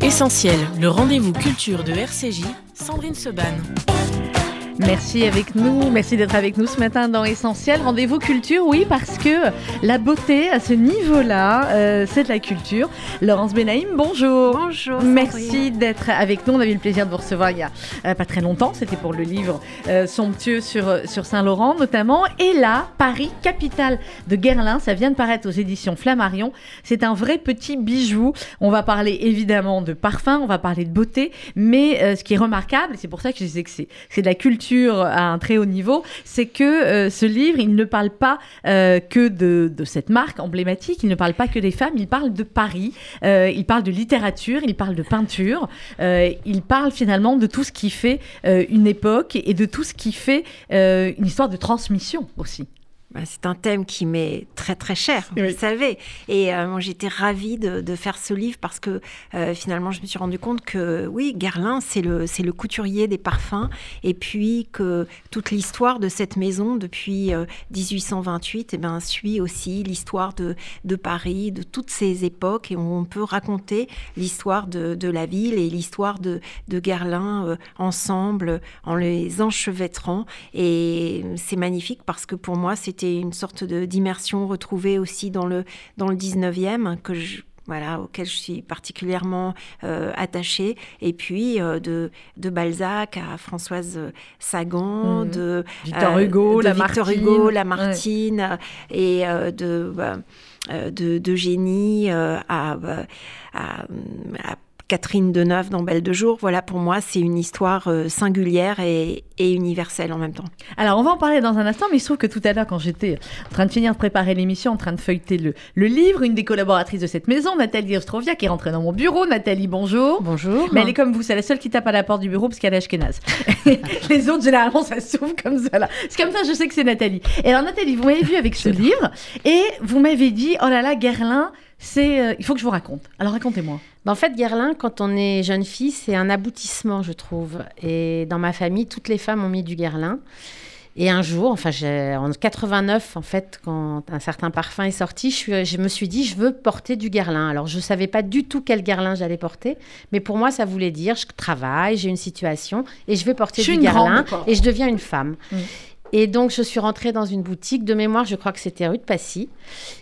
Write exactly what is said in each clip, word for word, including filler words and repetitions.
Essentiel, le rendez-vous culture de R C J, Sandrine Seban. Merci avec nous, merci d'être avec nous ce matin dans Essentiel. Rendez-vous culture, oui, parce que la beauté à ce niveau-là, euh, c'est de la culture. Laurence Benaïm, bonjour. Bonjour. Merci d'être avec nous. On a eu le plaisir de vous recevoir il y a euh, pas très longtemps. C'était pour le livre euh, somptueux sur, sur Saint-Laurent notamment. Et là, Paris, capitale de Guerlain, ça vient de paraître aux éditions Flammarion. C'est un vrai petit bijou. On va parler évidemment de parfum, on va parler de beauté, mais euh, ce qui est remarquable, et c'est pour ça que je disais que c'est, c'est de la culture à un très haut niveau, c'est que euh, ce livre, il ne parle pas euh, que de, de cette marque emblématique, il ne parle pas que des femmes, il parle de Paris, euh, il parle de littérature, il parle de peinture, euh, il parle finalement de tout ce qui fait euh, une époque et de tout ce qui fait euh, une histoire de transmission aussi. C'est un thème qui m'est très très cher, oui. Vous savez. Et euh, moi, j'étais ravie de, de faire ce livre parce que euh, finalement, je me suis rendu compte que oui, Guerlain, c'est le, c'est le couturier des parfums. Et puis que toute l'histoire de cette maison depuis euh, dix-huit cent vingt-huit eh ben, suit aussi l'histoire de, de Paris, de toutes ces époques. Et on peut raconter l'histoire de, de la ville et l'histoire de, de Guerlain euh, ensemble, en les enchevêtrant. Et c'est magnifique parce que pour moi, c'est C'était une sorte de, d'immersion retrouvée aussi dans le, dans le dix-neuvième, que je, voilà, auquel je suis particulièrement euh, attachée. Et puis, euh, de, de Balzac à Françoise Sagan, mmh. de Victor Hugo, euh, de Lamartine, Victor Hugo, Lamartine, ouais. et euh, de, euh, de, de Génie euh, à, à, à Catherine Deneuve dans Belle de jour. Voilà, pour moi, c'est une histoire euh, singulière et, et universelle en même temps. Alors, on va en parler dans un instant, mais il se trouve que tout à l'heure, quand j'étais en train de finir de préparer l'émission, en train de feuilleter le, le livre, une des collaboratrices de cette maison, Nathalie Ostrovia, qui est rentrée dans mon bureau. Nathalie, bonjour. Bonjour. Mais elle est comme vous, c'est la seule qui tape à la porte du bureau parce qu'elle est ashkénaze. Les autres, généralement, ça s'ouvre comme ça, là. C'est comme ça, je sais que c'est Nathalie. Et alors, Nathalie, vous m'avez vu avec ce livre et vous m'avez dit, oh là là, Guerlain, c'est, euh, il faut que je vous raconte. Alors, racontez-moi. En fait, Guerlain, quand on est jeune fille, c'est un aboutissement, je trouve. Et dans ma famille, toutes les femmes ont mis du Guerlain. Et un jour, enfin, j'ai, en quatre-vingt-neuf, en fait, quand un certain parfum est sorti, je, suis, je me suis dit, je veux porter du Guerlain. Alors, je ne savais pas du tout quel Guerlain j'allais porter, mais pour moi, ça voulait dire, je travaille, j'ai une situation, et je vais porter je du Guerlain, grande, et je deviens une femme. Mmh. Et donc, je suis rentrée dans une boutique de mémoire, je crois que c'était rue de Passy.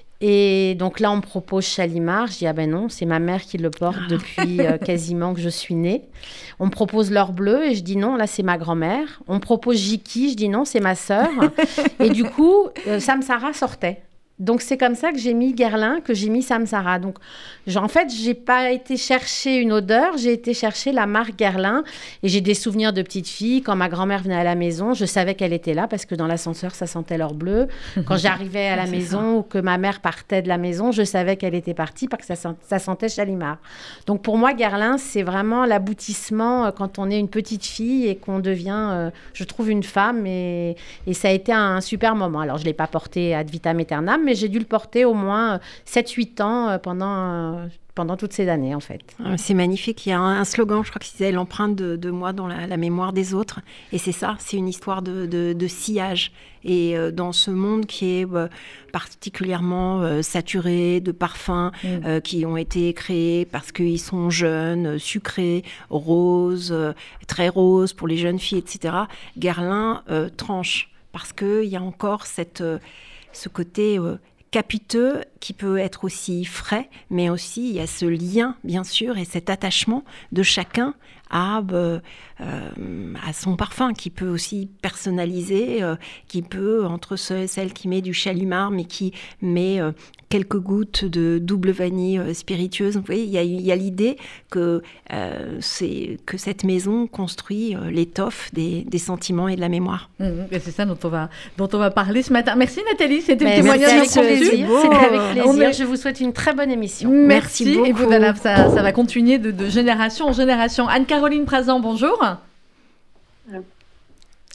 Et donc là, on me propose Chalimard. Je dis, ah ben non, c'est ma mère qui le porte depuis euh, quasiment que je suis née. On me propose l'or bleu et je dis non, là, c'est ma grand-mère. On me propose Jiki, je dis non, c'est ma sœur. Et du coup, euh, Samsara sortait. Donc, c'est comme ça que j'ai mis Guerlain, que j'ai mis Samsara. Donc, en fait, je n'ai pas été chercher une odeur, j'ai été chercher la marque Guerlain. Et j'ai des souvenirs de petite fille. Quand ma grand-mère venait à la maison, je savais qu'elle était là parce que dans l'ascenseur, ça sentait l'or bleu. Quand j'arrivais à la maison ou que ma mère partait de la maison, je savais qu'elle était partie parce que ça, sent, ça sentait Chalimard. Donc, pour moi, Guerlain, c'est vraiment l'aboutissement quand on est une petite fille et qu'on devient, euh, je trouve, une femme. Et, et ça a été un super moment. Alors, je ne l'ai pas porté ad vitam aeternam, mais j'ai dû le porter au moins sept huit ans pendant, pendant toutes ces années, en fait. C'est magnifique. Il y a un slogan, je crois que c'est l'empreinte de, de moi dans la, la mémoire des autres. Et c'est ça, c'est une histoire de, de, de sillage. Et euh, dans ce monde qui est euh, particulièrement euh, saturé de parfums mmh. euh, qui ont été créés parce qu'ils sont jeunes, sucrés, roses, euh, très roses pour les jeunes filles, et cetera, Guerlain euh, tranche parce qu'il y a encore cette... Euh, ce côté euh, capiteux qui peut être aussi frais, mais aussi il y a ce lien, bien sûr, et cet attachement de chacun à, euh, euh, à son parfum, qui peut aussi personnaliser, euh, qui peut, entre ce, celle qui met du Chalimard, mais qui met euh, quelques gouttes de double vanille euh, spiritueuse. Vous voyez, il y a, il y a l'idée que, euh, c'est, que cette maison construit euh, l'étoffe des, des sentiments et de la mémoire. Mmh, et c'est ça dont on, va, dont on va parler ce matin. Merci Nathalie, c'était mais le témoignage de plaisir. C'était avec plaisir. Est... Je vous souhaite une très bonne émission. Merci, Merci beaucoup. Et voilà, ça, ça va continuer de, de génération en génération. Anne-Caroline Prazan, bonjour. Euh. Anne-Caroline ?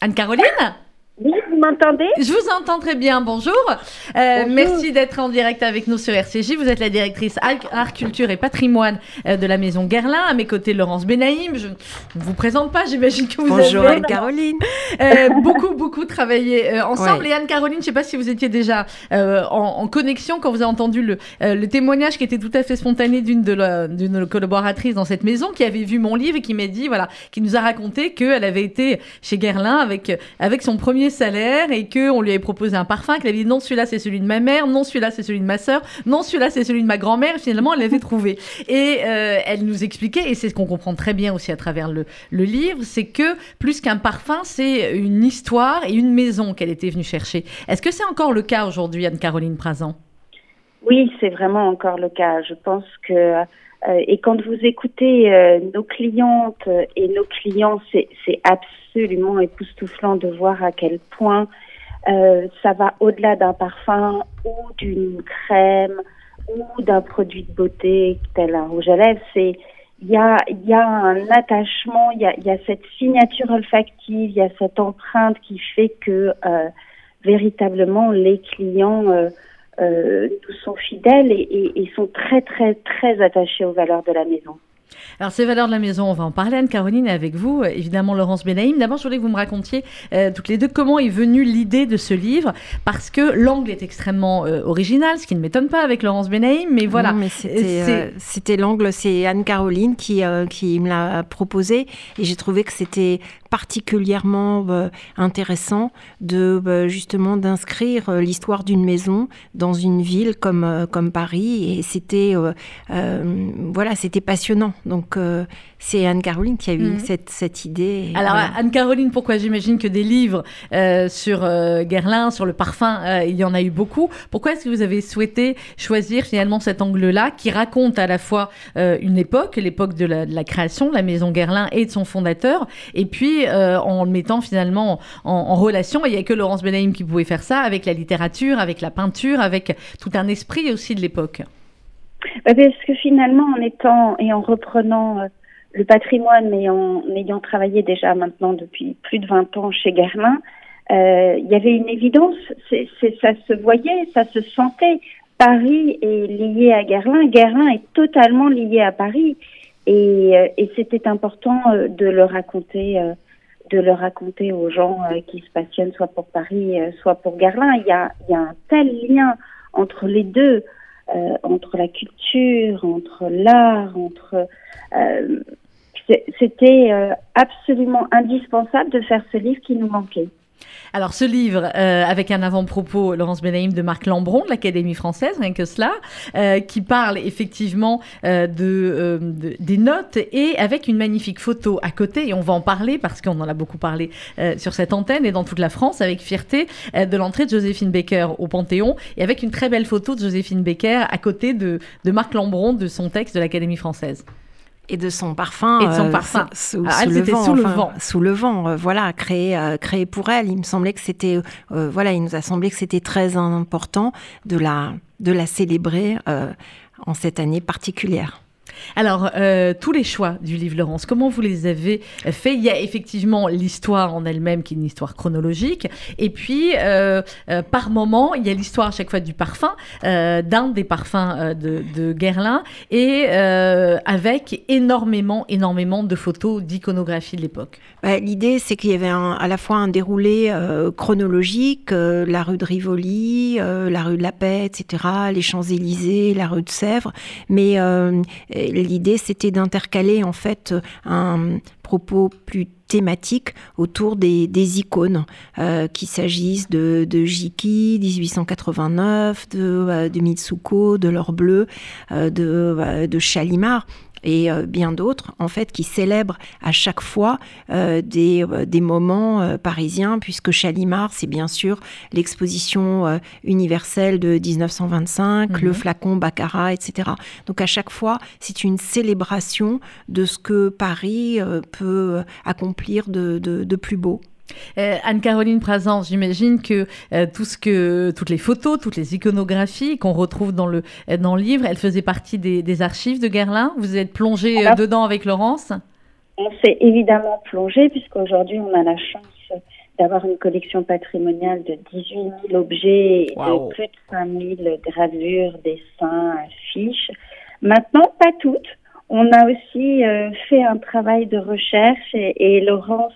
Oui, vous m'entendez? Je vous entends très bien, bonjour. Euh, bonjour. Merci d'être en direct avec nous sur R C J. Vous êtes la directrice Art, Culture et Patrimoine euh, de la Maison Guerlain. À mes côtés, Laurence Benaïm. Je ne vous présente pas, j'imagine que vous bonjour avez... Anne-Caroline. euh, beaucoup, beaucoup travaillé euh, ensemble. Ouais. Et Anne-Caroline, je ne sais pas si vous étiez déjà euh, en, en connexion quand vous avez entendu le, euh, le témoignage qui était tout à fait spontané d'une de, la, d'une collaboratrice dans cette maison qui avait vu mon livre et qui m'a dit, voilà, qui nous a raconté qu'elle avait été chez Guerlain avec, avec son premier salaire et qu'on lui avait proposé un parfum, qu'elle avait dit non, celui-là c'est celui de ma mère, non, celui-là c'est celui de ma sœur, non, celui-là c'est celui de ma grand-mère, et finalement elle l'avait trouvé. Et euh, elle nous expliquait, et c'est ce qu'on comprend très bien aussi à travers le, le livre, c'est que plus qu'un parfum, c'est une histoire et une maison qu'elle était venue chercher. Est-ce que c'est encore le cas aujourd'hui, Anne-Caroline Prazan? Oui, c'est vraiment encore le cas. Je pense que, euh, et quand vous écoutez euh, nos clientes et nos clients, c'est, c'est absolument époustouflant de voir à quel point euh, ça va au-delà d'un parfum ou d'une crème ou d'un produit de beauté tel un rouge à lèvres. C'est, il y a, il y a un attachement, il y a, il y a cette signature olfactive, il y a cette empreinte qui fait que euh, véritablement les clients euh, euh, nous sont fidèles et, et, et sont très très très attachés aux valeurs de la maison. Alors, ces valeurs de la maison, on va en parler, Anne-Caroline, et avec vous, évidemment, Laurence Benaïm. D'abord, je voulais que vous me racontiez euh, toutes les deux comment est venue l'idée de ce livre, parce que l'angle est extrêmement euh, original, ce qui ne m'étonne pas avec Laurence Benaïm, mais voilà. Non, mais c'était, c'est... Euh, c'était l'angle, c'est Anne-Caroline qui, euh, qui me l'a proposé, et j'ai trouvé que c'était particulièrement euh, intéressant de euh, justement d'inscrire euh, l'histoire d'une maison dans une ville comme euh, comme Paris, et c'était euh, euh, voilà, c'était passionnant. Donc euh, c'est Anne-Caroline qui a eu mmh. cette cette idée. Alors voilà. Anne-Caroline, pourquoi j'imagine que des livres euh, sur euh, Guerlain, sur le parfum, euh, il y en a eu beaucoup. Pourquoi est-ce que vous avez souhaité choisir finalement cet angle-là qui raconte à la fois euh, une époque, l'époque de la, de la création de la maison Guerlain et de son fondateur, et puis Euh, en le mettant finalement en, en relation, et il n'y a que Laurence Benaïm qui pouvait faire ça, avec la littérature, avec la peinture, avec tout un esprit aussi de l'époque. Parce que finalement, en étant et en reprenant euh, le patrimoine, mais en ayant travaillé déjà maintenant depuis plus de vingt ans chez Guerlain, euh, il y avait une évidence, c'est, c'est, ça se voyait, ça se sentait. Paris est lié à Guerlain, Guerlain est totalement lié à Paris, et, euh, et c'était important euh, de le raconter euh, de le raconter aux gens euh, qui se passionnent soit pour Paris, euh, soit pour Guerlain. Il y a, il y a un tel lien entre les deux, euh, entre la culture, entre l'art, entre... Euh, c'était euh, absolument indispensable de faire ce livre qui nous manquait. Alors, ce livre, euh, avec un avant-propos, Laurence Benaïm, de Marc Lambron, de l'Académie française, rien que cela, euh, qui parle effectivement euh, de, euh, de, des notes, et avec une magnifique photo à côté, et on va en parler parce qu'on en a beaucoup parlé euh, sur cette antenne et dans toute la France, avec fierté, euh, de l'entrée de Joséphine Baker au Panthéon, et avec une très belle photo de Joséphine Baker à côté de, de Marc Lambron, de son texte de l'Académie française. Et de son parfum, et de son parfum. Euh, sous, ah, sous, le vent, sous le enfin, vent, sous le vent, euh, voilà, créé, euh, créé pour elle. Il me semblait que c'était, euh, voilà, il nous a semblé que c'était très important de la, de la célébrer euh, en cette année particulière. Alors, euh, tous les choix du livre, Laurence, comment vous les avez faits? Il y a effectivement l'histoire en elle-même, qui est une histoire chronologique, et puis, euh, euh, par moment, il y a l'histoire à chaque fois du parfum, euh, d'un des parfums euh, de, de Guerlain, et euh, avec énormément, énormément de photos d'iconographie de l'époque. Bah, l'idée, c'est qu'il y avait un, à la fois un déroulé euh, chronologique, euh, la rue de Rivoli, euh, la rue de la Paix, et cetera, les Champs-Élysées, la rue de Sèvres, mais euh, l'idée, c'était d'intercaler en fait un propos plus thématique autour des, des icônes, euh, qu'il s'agisse de, de Jiki, dix-huit cent quatre-vingt-neuf, de, euh, de Mitsuko, de l'Or Bleu, euh, de, euh, de Chalimard. Et euh, bien d'autres, en fait, qui célèbrent à chaque fois euh, des, euh, des moments euh, parisiens, puisque Chalimard, c'est bien sûr l'exposition euh, universelle de dix-neuf cent vingt-cinq, mmh. le flacon Baccarat, et cetera. Donc à chaque fois, c'est une célébration de ce que Paris euh, peut accomplir de, de, de plus beau. Euh, Anne-Caroline Prazan, j'imagine que, euh, tout ce que toutes les photos, toutes les iconographies qu'on retrouve dans le, dans le livre, elles faisaient partie des, des archives de Guerlain. Vous êtes plongée Alors, dedans avec Laurence? On s'est évidemment plongé, puisqu'aujourd'hui on a la chance d'avoir une collection patrimoniale de dix-huit mille objets, et Wow. de plus de cinq mille gravures, dessins, affiches. Maintenant, pas toutes. On a aussi euh, fait un travail de recherche et, et Laurence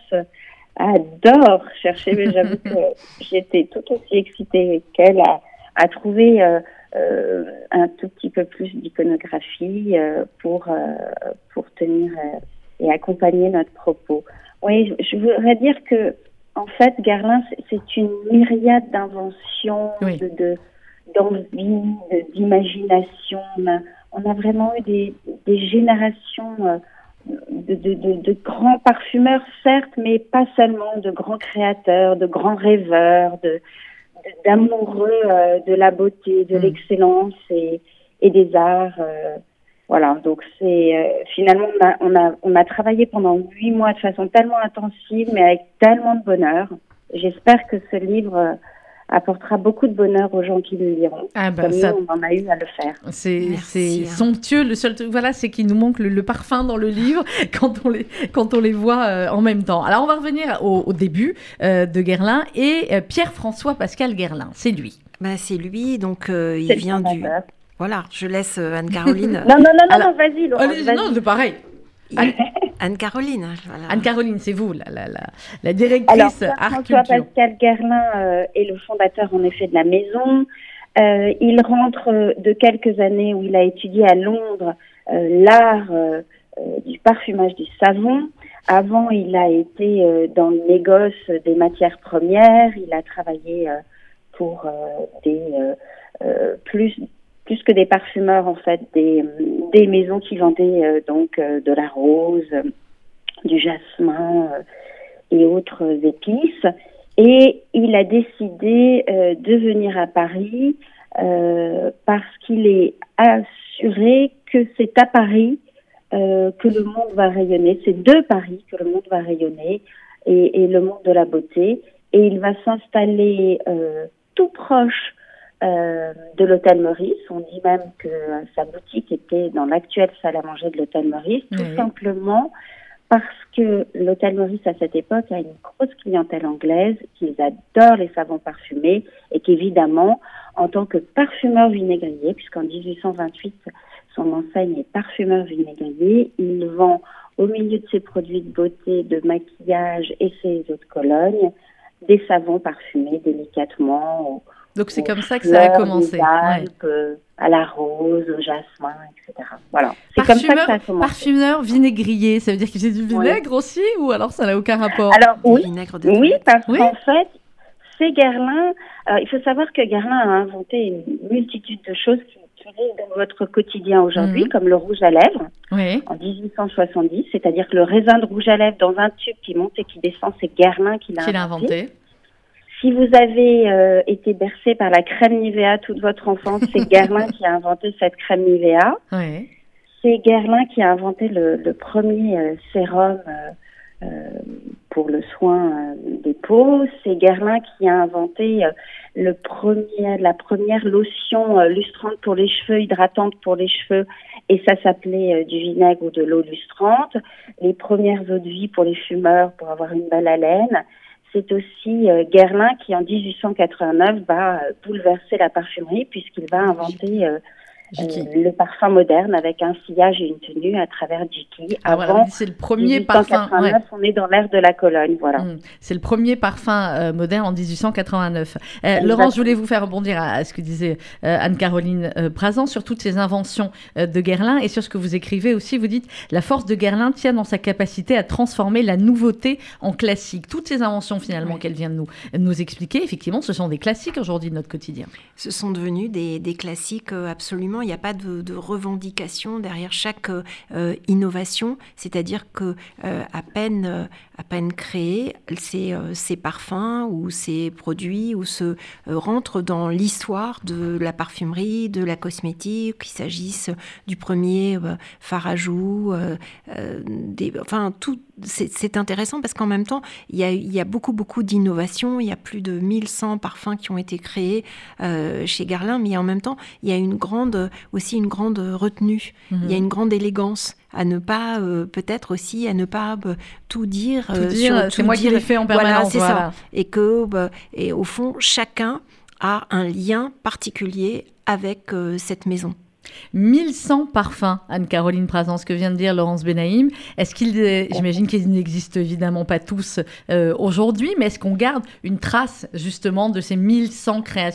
adore chercher, mais j'avoue que j'étais tout aussi excitée qu'elle à, à trouver euh, euh, un tout petit peu plus d'iconographie euh, pour, euh, pour tenir euh, et accompagner notre propos. Oui, je, je voudrais dire que, en fait, Guerlain, c'est, c'est une myriade d'inventions, Oui. de, de, d'envie, de, d'imagination. On a, on a vraiment eu des, des générations euh, de, de, de, de grands parfumeurs, certes, mais pas seulement, de grands créateurs, de grands rêveurs, de, de, d'amoureux euh, de la beauté, de Mm. l'excellence et, et des arts. Euh, voilà, donc c'est euh, finalement on a, on a on a travaillé pendant huit mois de façon tellement intensive, mais avec tellement de bonheur. J'espère que ce livre euh, apportera beaucoup de bonheur aux gens qui le liront. Ah bah, Comme ça, nous, on en a eu à le faire. c'est, Merci, c'est hein. somptueux. Le seul truc, voilà, c'est qu'il nous manque le, le parfum dans le livre quand on les, quand on les voit euh, en même temps. Alors, on va revenir au, au début euh, de Guerlain et euh, Pierre-François Pascal Guerlain. C'est lui. Bah, c'est lui, donc euh, il C'est le vient du... fondateur. Voilà, je laisse euh, Anne-Caroline... Non, non, non, non, Alors- non, vas-y, Laurence, Allez, vas-y. non, c'est pareil. il- Anne-Caroline, voilà. Anne-Caroline, c'est vous, la, la, la, la directrice Alors, art Pierre-François culture. Pascal Guerlain euh, est le fondateur, en effet, de la maison. Euh, il rentre euh, de quelques années où il a étudié à Londres euh, l'art euh, euh, du parfumage du savon. Avant, il a été euh, dans le négoce des matières premières. Il a travaillé euh, pour euh, des euh, euh, plus plus que des parfumeurs, en fait, des des maisons qui vendaient euh, donc euh, de la rose, euh, du jasmin euh, et autres épices. Et il a décidé euh, de venir à Paris euh, parce qu'il est assuré que c'est à Paris euh, que le monde va rayonner. C'est de Paris que le monde va rayonner et, et le monde de la beauté. Et il va s'installer euh, tout proche euh, de l'hôtel Meurice. On dit même que euh, sa boutique était dans l'actuelle salle à manger de l'hôtel Meurice, tout Oui. simplement parce que l'hôtel Meurice, à cette époque, a une grosse clientèle anglaise, qu'ils adorent les savons parfumés et qu'évidemment, en tant que parfumeur vinaigrier, puisqu'en dix-huit cent vingt-huit, son enseigne est parfumeur vinaigrier, il vend au milieu de ses produits de beauté, de maquillage et ses eaux de Cologne, des savons parfumés délicatement au, Donc, c'est aux comme ça que ça a fleurs commencé. des Ouais. Alpes, euh, à la rose, au jasmin, et cetera. Voilà. C'est comme ça que ça a Parfumeur, commencé. parfumeur vinaigrier, ça veut dire qu'il faisait du vinaigre aussi ou alors ça n'a aucun rapport? Alors, Du oui, vinaigre de oui, toilette. parce Oui. qu'en fait, c'est Guerlain. Euh, il faut savoir que Guerlain a inventé une multitude de choses qui utilisent dans votre quotidien aujourd'hui, Mhm. comme le rouge à lèvres Oui. en dix-huit cent soixante-dix, c'est-à-dire que le raisin de rouge à lèvres dans un tube qui monte et qui descend, c'est Guerlain qui l'a Qu'il a inventé. inventé. Si vous avez euh, été bercé par la crème Nivea toute votre enfance, c'est Guerlain qui a inventé cette crème Nivea. Oui. C'est Guerlain qui a inventé le, le premier euh, sérum euh, euh, pour le soin euh, des peaux. C'est Guerlain qui a inventé euh, le premier, la première lotion euh, lustrante pour les cheveux, hydratante pour les cheveux, et ça s'appelait euh, du vinaigre ou de l'eau lustrante. Les premières eaux de vie pour les fumeurs pour avoir une belle haleine. C'est aussi euh, Guerlain qui, en dix-huit cent quatre-vingt-neuf, va euh, bouleverser la parfumerie puisqu'il va inventer euh, Jiki. euh, le parfum moderne avec un sillage et une tenue à travers Jiki. Ah, voilà, Avant c'est le premier parfum. dix-huit cent quatre-vingt-neuf, Ouais. on est dans l'ère de la Cologne, voilà. Mm. C'est le premier parfum euh, moderne en dix-huit cent quatre-vingt-neuf. Euh, Exactement. Laurence, je voulais vous faire rebondir à, à ce que disait euh, Anne-Caroline euh, Prazan sur toutes ces inventions euh, de Guerlain et sur ce que vous écrivez aussi. Vous dites la force de Guerlain tient dans sa capacité à transformer la nouveauté en classique. Toutes ces inventions finalement Oui. qu'elle vient de nous, de nous expliquer, effectivement, ce sont des classiques aujourd'hui de notre quotidien. Ce sont devenus des, des classiques euh, absolument. Il n'y a pas de, de revendication derrière chaque euh, innovation. C'est-à-dire que euh, à peine, euh, à peine créés, ces, euh, ces parfums ou ces produits ou se euh, rentrent dans l'histoire de la parfumerie, de la cosmétique, qu'il s'agisse du premier euh, fard à joues, euh, euh, des, enfin tout. C'est, c'est intéressant parce qu'en même temps, il y a, il y a beaucoup, beaucoup d'innovations. Il y a plus de mille cent parfums qui ont été créés euh, chez Guerlain, mais en même temps, il y a une grande, aussi une grande retenue. Mhm. Il y a une grande élégance à ne pas, euh, peut-être aussi, à ne pas euh, tout dire. Tout dire, sur, c'est tout moi dire. qui l'ai fait en permanence. Voilà, c'est voilà. ça. Et que, bah, et au fond, chacun a un lien particulier avec euh, cette maison. mille cent parfums, Anne-Caroline Prazan, ce que vient de dire Laurence Benaïm. Est-ce qu'il, est, j'imagine qu'ils n'existent évidemment pas tous euh, aujourd'hui, mais est-ce qu'on garde une trace justement de ces mille cent créations ?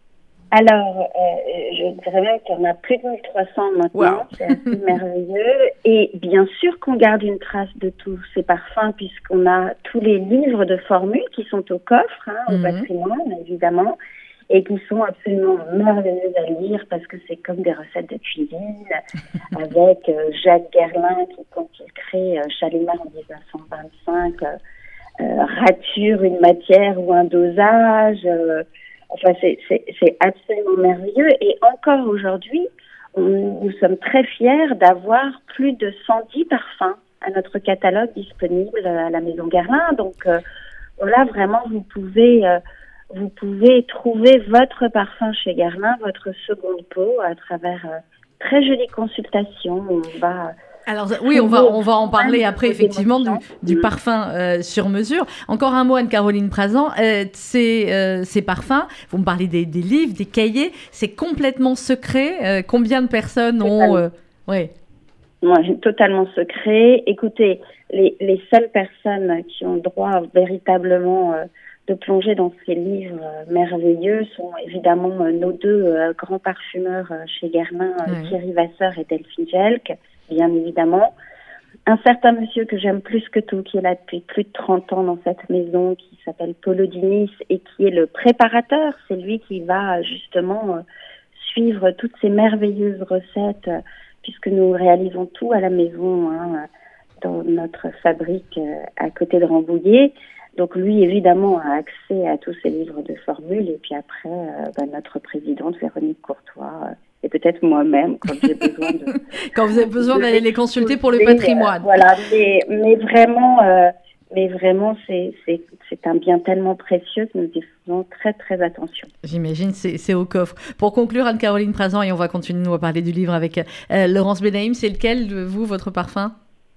Alors, euh, je dirais même qu'il y en a plus de mille trois cents maintenant, wow. C'est assez merveilleux. Et bien sûr qu'on garde une trace de tous ces parfums, puisqu'on a tous les livres de formules qui sont au coffre, hein, au mmh. patrimoine, évidemment, et qui sont absolument merveilleuses à lire, parce que c'est comme des recettes de cuisine, avec euh, Jacques Guerlain, qui, quand il crée euh, Chalimard en dix-neuf cent vingt-cinq, euh, euh, rature une matière ou un dosage... Euh, Enfin, c'est, c'est, c'est absolument merveilleux. Et encore aujourd'hui, on, nous sommes très fiers d'avoir plus de cent dix parfums à notre catalogue disponible à la Maison Guerlain. Donc, euh, voilà, vraiment, vous pouvez, euh, vous pouvez trouver votre parfum chez Guerlain, votre seconde peau, à travers euh, très jolies consultations. On va... Alors oui, on va, on va en parler après, effectivement, du, du parfum euh, sur mesure. Encore un mot, Anne-Caroline Prazan. Euh, ces, euh, ces parfums, vous me parlez des, des livres, des cahiers, c'est complètement secret. Euh, combien de personnes ont... Euh, ouais. Ouais, totalement secret. Écoutez, les, les seules personnes qui ont droit véritablement euh, de plonger dans ces livres euh, merveilleux sont évidemment euh, nos deux euh, grands parfumeurs euh, chez Guerlain, euh, ouais. Thierry Vasseur et Delphine Jelk, bien évidemment. Un certain monsieur que j'aime plus que tout, qui est là depuis plus de trente ans dans cette maison, qui s'appelle Paulo Diniz et qui est le préparateur. C'est lui qui va justement euh, suivre toutes ces merveilleuses recettes, euh, puisque nous réalisons tout à la maison, hein, dans notre fabrique euh, à côté de Rambouillet. Donc lui, évidemment, a accès à tous ces livres de formules. Et puis après, euh, bah, notre présidente, Véronique Courtois, euh, et peut-être moi-même, quand j'ai besoin de... quand vous avez besoin d'aller les consulter pour le patrimoine. Euh, voilà, mais, mais vraiment, euh, mais vraiment c'est, c'est, c'est un bien tellement précieux que nous y faisons très, très attention. J'imagine, c'est, c'est au coffre. Pour conclure, Anne-Caroline Prazan, et on va continuer, nous, à parler du livre avec euh, Laurence Benaïm, c'est lequel, vous, votre parfum ?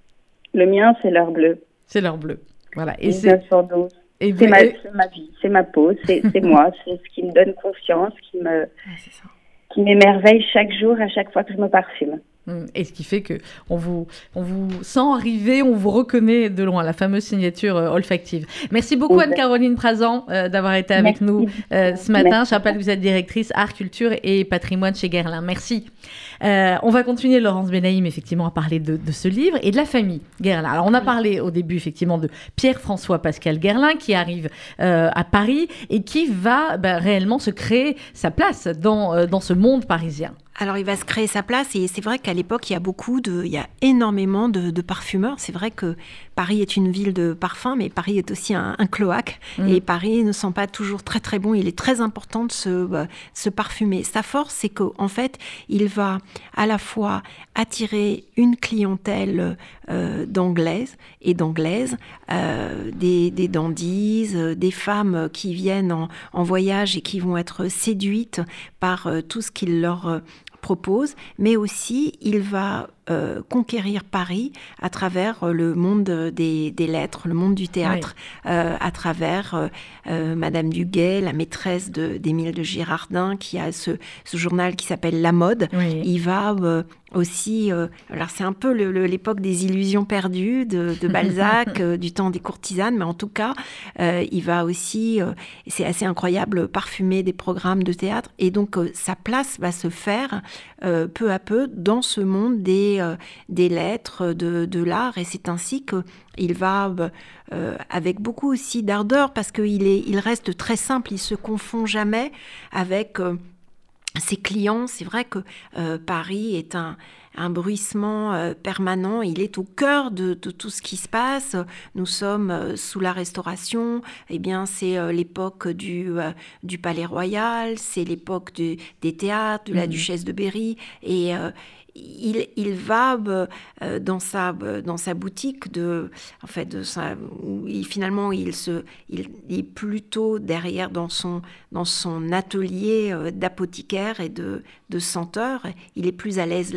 Le mien, c'est l'heure bleue. C'est l'heure bleue. Voilà. Et dix-neuf cent douze. Et c'est, ma, c'est ma vie, c'est ma peau, c'est, c'est moi, c'est ce qui me donne confiance, qui me... Ah, c'est ça. qui m'émerveille chaque jour, à chaque fois que je me parfume. Et ce qui fait qu'on vous, on vous sent arriver, on vous reconnaît de loin, la fameuse signature euh, olfactive. Merci beaucoup, oui. Anne-Caroline Prazan, euh, d'avoir été avec Merci. nous euh, ce matin. Merci. Je rappelle que vous êtes directrice art, culture et patrimoine chez Guerlain. Merci. Euh, on va continuer, Laurence Benaïm, effectivement, à parler de, de ce livre et de la famille Guerlain. Alors, on a parlé au début, effectivement, de Pierre-François Pascal Guerlain, qui arrive euh, à Paris et qui va bah, réellement se créer sa place dans, euh, dans ce monde parisien. Alors, il va se créer sa place et c'est vrai qu'à l'époque, il y a beaucoup de, il y a énormément de, de parfumeurs. C'est vrai que Paris est une ville de parfums, mais Paris est aussi un, un cloaque. Mmh. Et Paris ne sent pas toujours très très bon. Il est très important de se, euh, se parfumer. Sa force, c'est qu'en fait, il va à la fois attirer une clientèle euh, d'anglaises et d'anglaises, euh, des, des dandies, euh, des femmes qui viennent en, en voyage et qui vont être séduites par euh, tout ce qu'il leur euh, propose, mais aussi il va euh, conquérir Paris à travers le monde des, des lettres, le monde du théâtre, oui. euh, à travers euh, euh, Madame Duguay, la maîtresse de, d'Émile de Girardin, qui a ce, ce journal qui s'appelle La Mode. Oui. Il va euh, aussi, euh, alors c'est un peu le, le, l'époque des illusions perdues de, de Balzac, euh, du temps des courtisanes, mais en tout cas, euh, il va aussi, euh, c'est assez incroyable, parfumer des programmes de théâtre, et donc euh, sa place va se faire euh, peu à peu dans ce monde des euh, des lettres, de, de l'art, et c'est ainsi qu'il va, euh, avec beaucoup aussi d'ardeur, parce qu'il est, il reste très simple, il se confond jamais avec euh, ses clients. C'est vrai que euh, Paris est un un bruissement euh, permanent, il est au cœur de, de tout ce qui se passe. Nous sommes euh, sous la Restauration, eh bien c'est euh, l'époque du, euh, du Palais Royal, c'est l'époque du, des théâtres, de la mmh. Duchesse de Berry, et euh, Il, il va euh, dans, sa, euh, dans sa boutique, de, en fait, de sa, où il, finalement il, se, il, il est plutôt derrière dans son, dans son atelier euh, d'apothicaire et de, de senteur. Il est plus à l'aise là que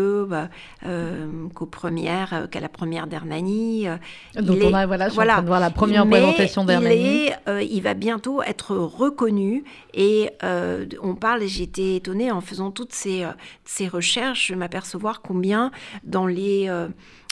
lieu bah, euh, qu'aux premières, qu'à la première d'Hernani. Donc il on est, a, voilà, je suis voilà, en train de voir la première mais présentation d'Hernani. Il, est, euh, il va bientôt être reconnu et euh, on parle, et j'étais étonnée en faisant toutes ces, euh, ces recherches, je m'apercevoir combien dans les... Euh,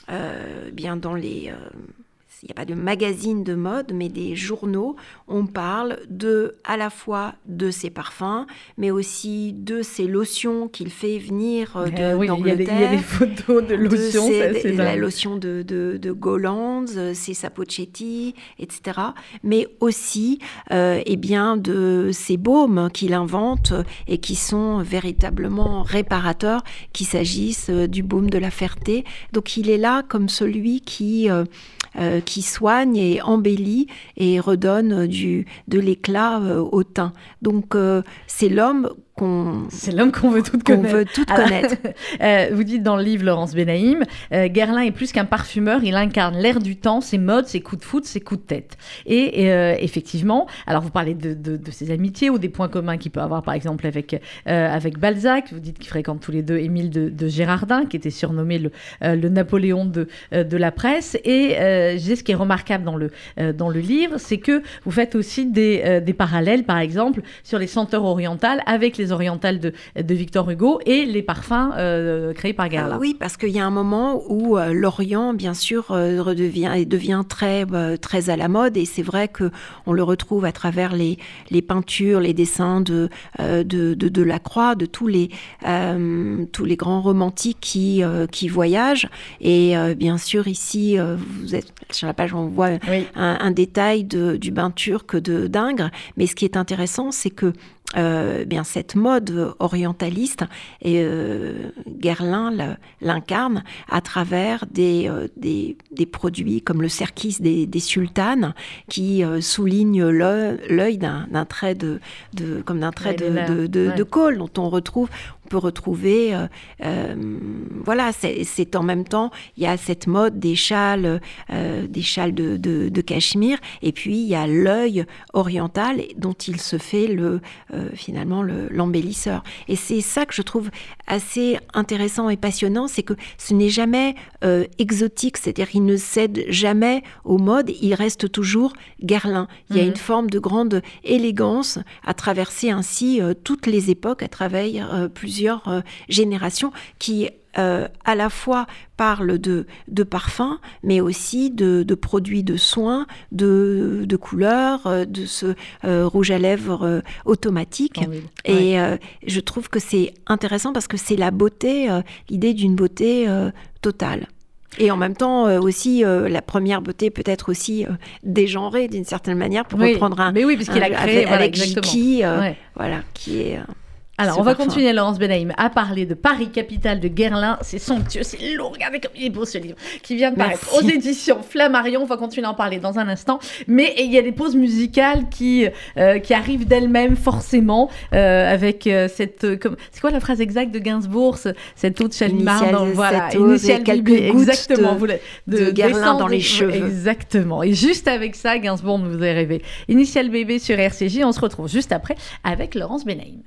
euh, bien dans les... Euh, il n'y a pas de magazine de mode, mais des journaux, on parle de, à la fois de ses parfums, mais aussi de ses lotions qu'il fait venir de, euh, oui, d'Angleterre. Il y, y a des photos de lotions. De ses, ça, c'est la lotion de, de, de Gollands, ses Sapochetti, et cetera. Mais aussi euh, eh bien, de ces baumes qu'il invente et qui sont véritablement réparateurs, qu'il s'agisse du baume de la Ferté. Donc il est là comme celui qui... Euh, Euh, qui soigne et embellit et redonne du, de l'éclat euh, au teint. Donc euh, c'est l'homme qu'on... C'est l'homme qu'on veut tout qu'on connaître. Veut tout Alors, connaître. euh, vous dites dans le livre, Laurence Benaïm, euh, Guerlain est plus qu'un parfumeur, il incarne l'air du temps, ses modes, ses coups de foudre, ses coups de tête. Et, et euh, effectivement, alors vous parlez de, de, de ses amitiés ou des points communs qu'il peut avoir par exemple avec, euh, avec Balzac, vous dites qu'ils fréquentent tous les deux Émile de, de Gérardin, qui était surnommé le, euh, le Napoléon de, euh, de la presse. Et euh, j'ai ce qui est remarquable dans le, euh, dans le livre, c'est que vous faites aussi des, euh, des parallèles, par exemple, sur les senteurs orientales avec les orientales de, de Victor Hugo et les parfums euh, créés par Guerlain. Euh, oui, parce qu'il y a un moment où euh, l'Orient, bien sûr, euh, redevient, devient très, euh, très à la mode, et c'est vrai qu'on le retrouve à travers les, les peintures, les dessins de, euh, de, de, de Lacroix, de tous les, euh, tous les grands romantiques qui, euh, qui voyagent. Et euh, bien sûr, ici, euh, vous êtes sur la page, on voit oui. un, un détail de, du bain turc de d'Ingres, mais ce qui est intéressant, c'est que Euh, bien cette mode orientaliste et euh, Guerlain l'incarne à travers des, euh, des, des produits comme le cerkis des, des sultanes qui euh, soulignent l'œil d'un, d'un trait de, de comme d'un trait ouais, de, de, de, ouais. de colle dont on retrouve on peut retrouver euh, euh, voilà c'est, c'est en même temps il y a cette mode des châles euh, des châles de, de, de cachemire et puis il y a l'œil oriental dont il se fait le euh, finalement le, l'embellisseur. Et c'est ça que je trouve assez intéressant et passionnant, c'est que ce n'est jamais euh, exotique, c'est-à-dire il ne cède jamais aux modes, il reste toujours Guerlain. Il y a mmh. une forme de grande élégance à traverser ainsi euh, toutes les époques, à travers euh, plusieurs euh, générations qui Euh, à la fois parle de, de parfums, mais aussi de, de produits de soins, de, de couleurs, de ce euh, rouge à lèvres euh, automatique. Oh oui. Et ouais. euh, je trouve que c'est intéressant parce que c'est la beauté, euh, l'idée d'une beauté euh, totale. Et en même temps, euh, aussi, euh, la première beauté peut être aussi euh, dégenrée d'une certaine manière pour oui. reprendre un... Mais oui, puisqu'il un, a créé... Avec, voilà, avec Jiki, euh, ouais. voilà, qui est... Euh, Alors, on va parfum. continuer, Laurence Benaïm, à parler de Paris, capitale de Guerlain. C'est somptueux, c'est lourd. Regardez comme il est beau ce livre qui vient de paraître aux éditions Flammarion. On va continuer à en parler dans un instant. Mais il y a des pauses musicales qui, euh, qui arrivent d'elles-mêmes, forcément, euh, avec euh, cette. Euh, comme, c'est quoi la phrase exacte de Gainsbourg, cette eau de Chalimard dans, voilà, initiale quelques gouttes exactement, de, de, de Guerlain dans les cheveux. Exactement. Et juste avec ça, Gainsbourg nous faisait rêver. Initial Bébé sur R C J. On se retrouve juste après avec Laurence Benaïm.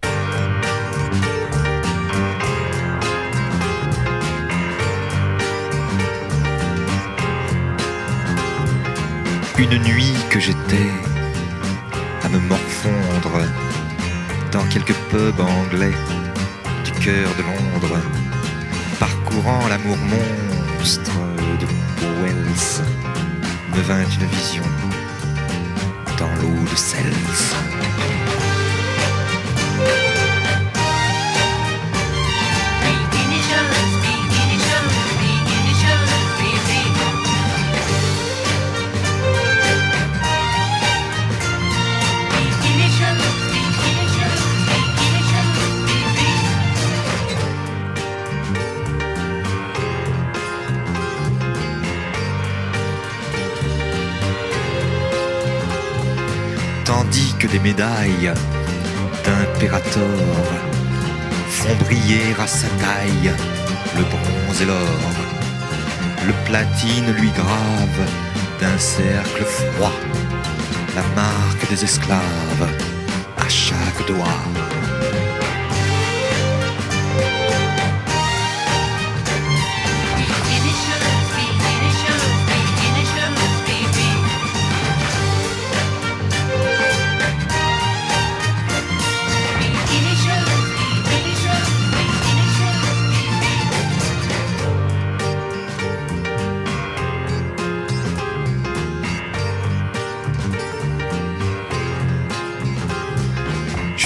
Une nuit que j'étais à me morfondre dans quelques pubs anglais du cœur de Londres, parcourant l'amour monstre de Wells, me vint une vision dans l'eau de Cels. Tandis que des médailles d'impérator font briller à sa taille le bronze et l'or, le platine lui grave d'un cercle froid la marque des esclaves à chaque doigt.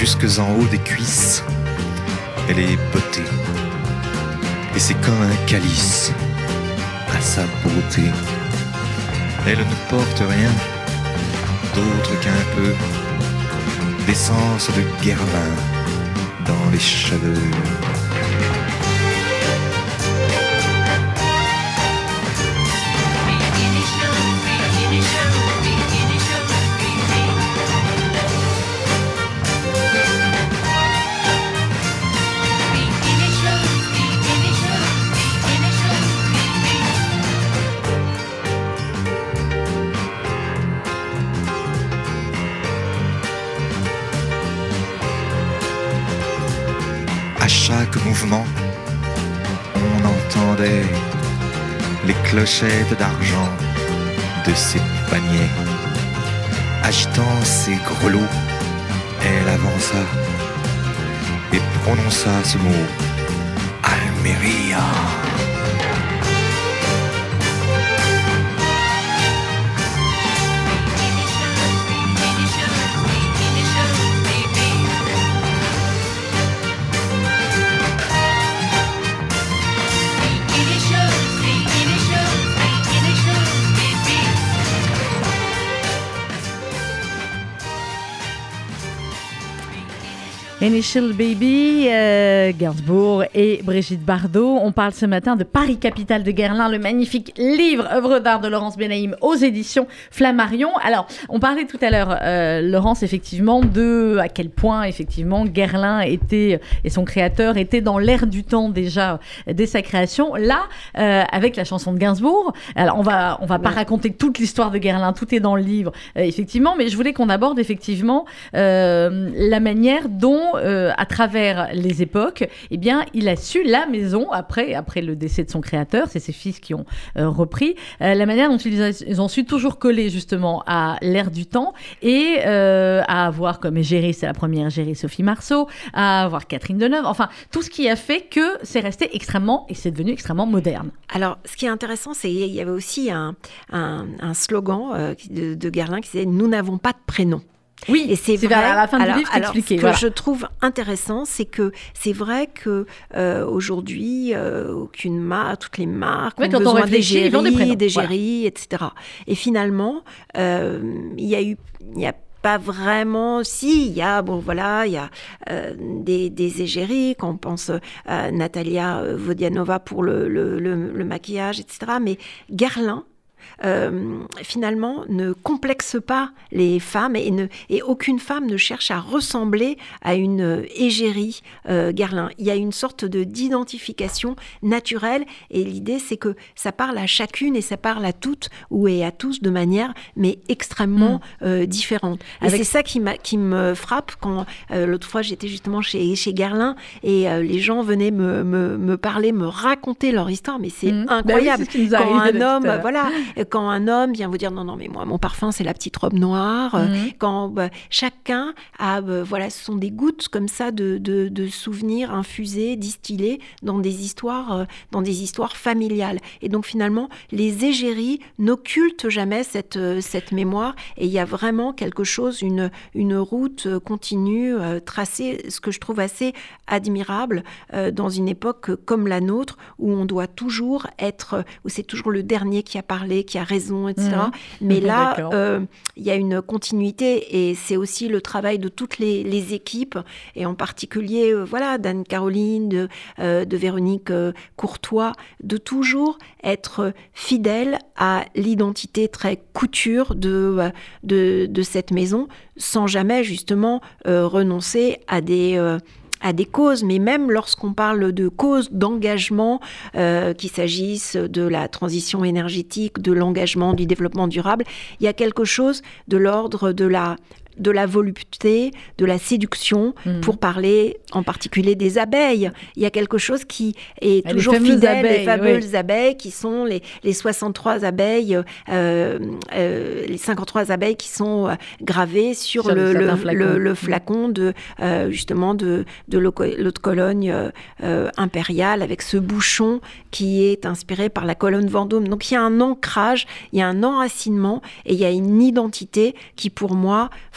jusque en haut des cuisses. Elle est bottée, et c'est comme un calice à sa beauté. Elle ne porte rien d'autre qu'un peu d'essence de guervin dans les cheveux. À chaque mouvement, on entendait les clochettes d'argent de ses paniers. Agitant ses grelots, elle avança et prononça ce mot, Almeria. Initial Baby, euh, Gainsbourg et Brigitte Bardot. On parle ce matin de Paris, capitale de Guerlain, le magnifique livre œuvre d'art de Laurence Benaïm aux éditions Flammarion. Alors, on parlait tout à l'heure, euh, Laurence, effectivement, de à quel point, effectivement, Guerlain était, et son créateur était dans l'air du temps déjà dès sa création. Là, euh, avec la chanson de Gainsbourg, alors on va, on va pas ouais. raconter toute l'histoire de Guerlain, tout est dans le livre, euh, effectivement, mais je voulais qu'on aborde effectivement euh, la manière dont Euh, à travers les époques, eh bien, il a su la maison, après, après le décès de son créateur, c'est ses fils qui ont euh, repris, euh, la manière dont ils, a, ils ont su toujours coller justement à l'ère du temps et euh, à avoir comme égérie, c'est la première égérie Sophie Marceau, à avoir Catherine Deneuve, enfin, tout ce qui a fait que c'est resté extrêmement, et c'est devenu extrêmement moderne. Alors, ce qui est intéressant, c'est qu'il y avait aussi un, un, un slogan euh, de, de Guerlain qui disait « Nous n'avons pas de prénom ». Oui, et c'est, c'est vrai, vers la fin alors, du livre alors, expliqué. Ce voilà. que je trouve intéressant, c'est que c'est vrai que euh, aujourd'hui, euh, aucune marque, toutes les marques ouais, ont besoin d'égérie, des d'égérie, voilà. et cetera. Et finalement, euh, il y a eu, il y a pas vraiment, si, il y a, bon voilà, il y a euh, des, des égéries, quand on pense à Natalia Vodianova pour le, le, le, le maquillage, et cetera. Mais Guerlain, Euh, finalement, ne complexe pas les femmes et, ne, et aucune femme ne cherche à ressembler à une égérie euh, Guerlain. Il y a une sorte de, d'identification naturelle et l'idée, c'est que ça parle à chacune et ça parle à toutes ou et à tous de manière, mais extrêmement mmh. euh, différente. Et Avec... c'est ça qui, m'a, qui me frappe quand euh, l'autre fois, j'étais justement chez, chez Guerlain et euh, les gens venaient me, me, me parler, me raconter leur histoire, mais c'est mmh. incroyable. Ben oui, c'est quand un homme, voilà, quand un homme vient vous dire non non mais moi mon parfum c'est la petite robe noire, mmh. quand bah, chacun a bah, voilà, ce sont des gouttes comme ça de, de, de souvenirs infusés, distillés dans des histoires euh, dans des histoires familiales. Et donc finalement les égéries n'occultent jamais cette euh, cette mémoire et il y a vraiment quelque chose, une une route continue euh, tracée, ce que je trouve assez admirable euh, dans une époque comme la nôtre où on doit toujours être, où c'est toujours le dernier qui a parlé, qui a raison, et cetera. Mmh. Mais là, il euh, y a une continuité et c'est aussi le travail de toutes les, les équipes et en particulier, euh, voilà, d'Anne-Caroline, de, euh, de Véronique euh, Courtois, de toujours être fidèle à l'identité très couture de, de, de cette maison sans jamais justement euh, renoncer à des... Euh, à des causes, mais même lorsqu'on parle de causes d'engagement, euh, qu'il s'agisse de la transition énergétique, de l'engagement du développement durable, il y a quelque chose de l'ordre de la de la volupté, de la séduction, mmh. pour parler en particulier des abeilles. Il y a quelque chose qui est les toujours fidèle, abeilles, les fameuses oui. abeilles qui sont les, les soixante-trois abeilles, euh, euh, les cinquante-trois abeilles qui sont euh, gravées sur, sur le, le, flacons. le, le flacon de, euh, justement de, de l'eau de Cologne euh, impériale avec ce bouchon qui est inspiré par la colonne Vendôme. Donc il y a un ancrage, il y a un enracinement et il y a une identité qui pour moi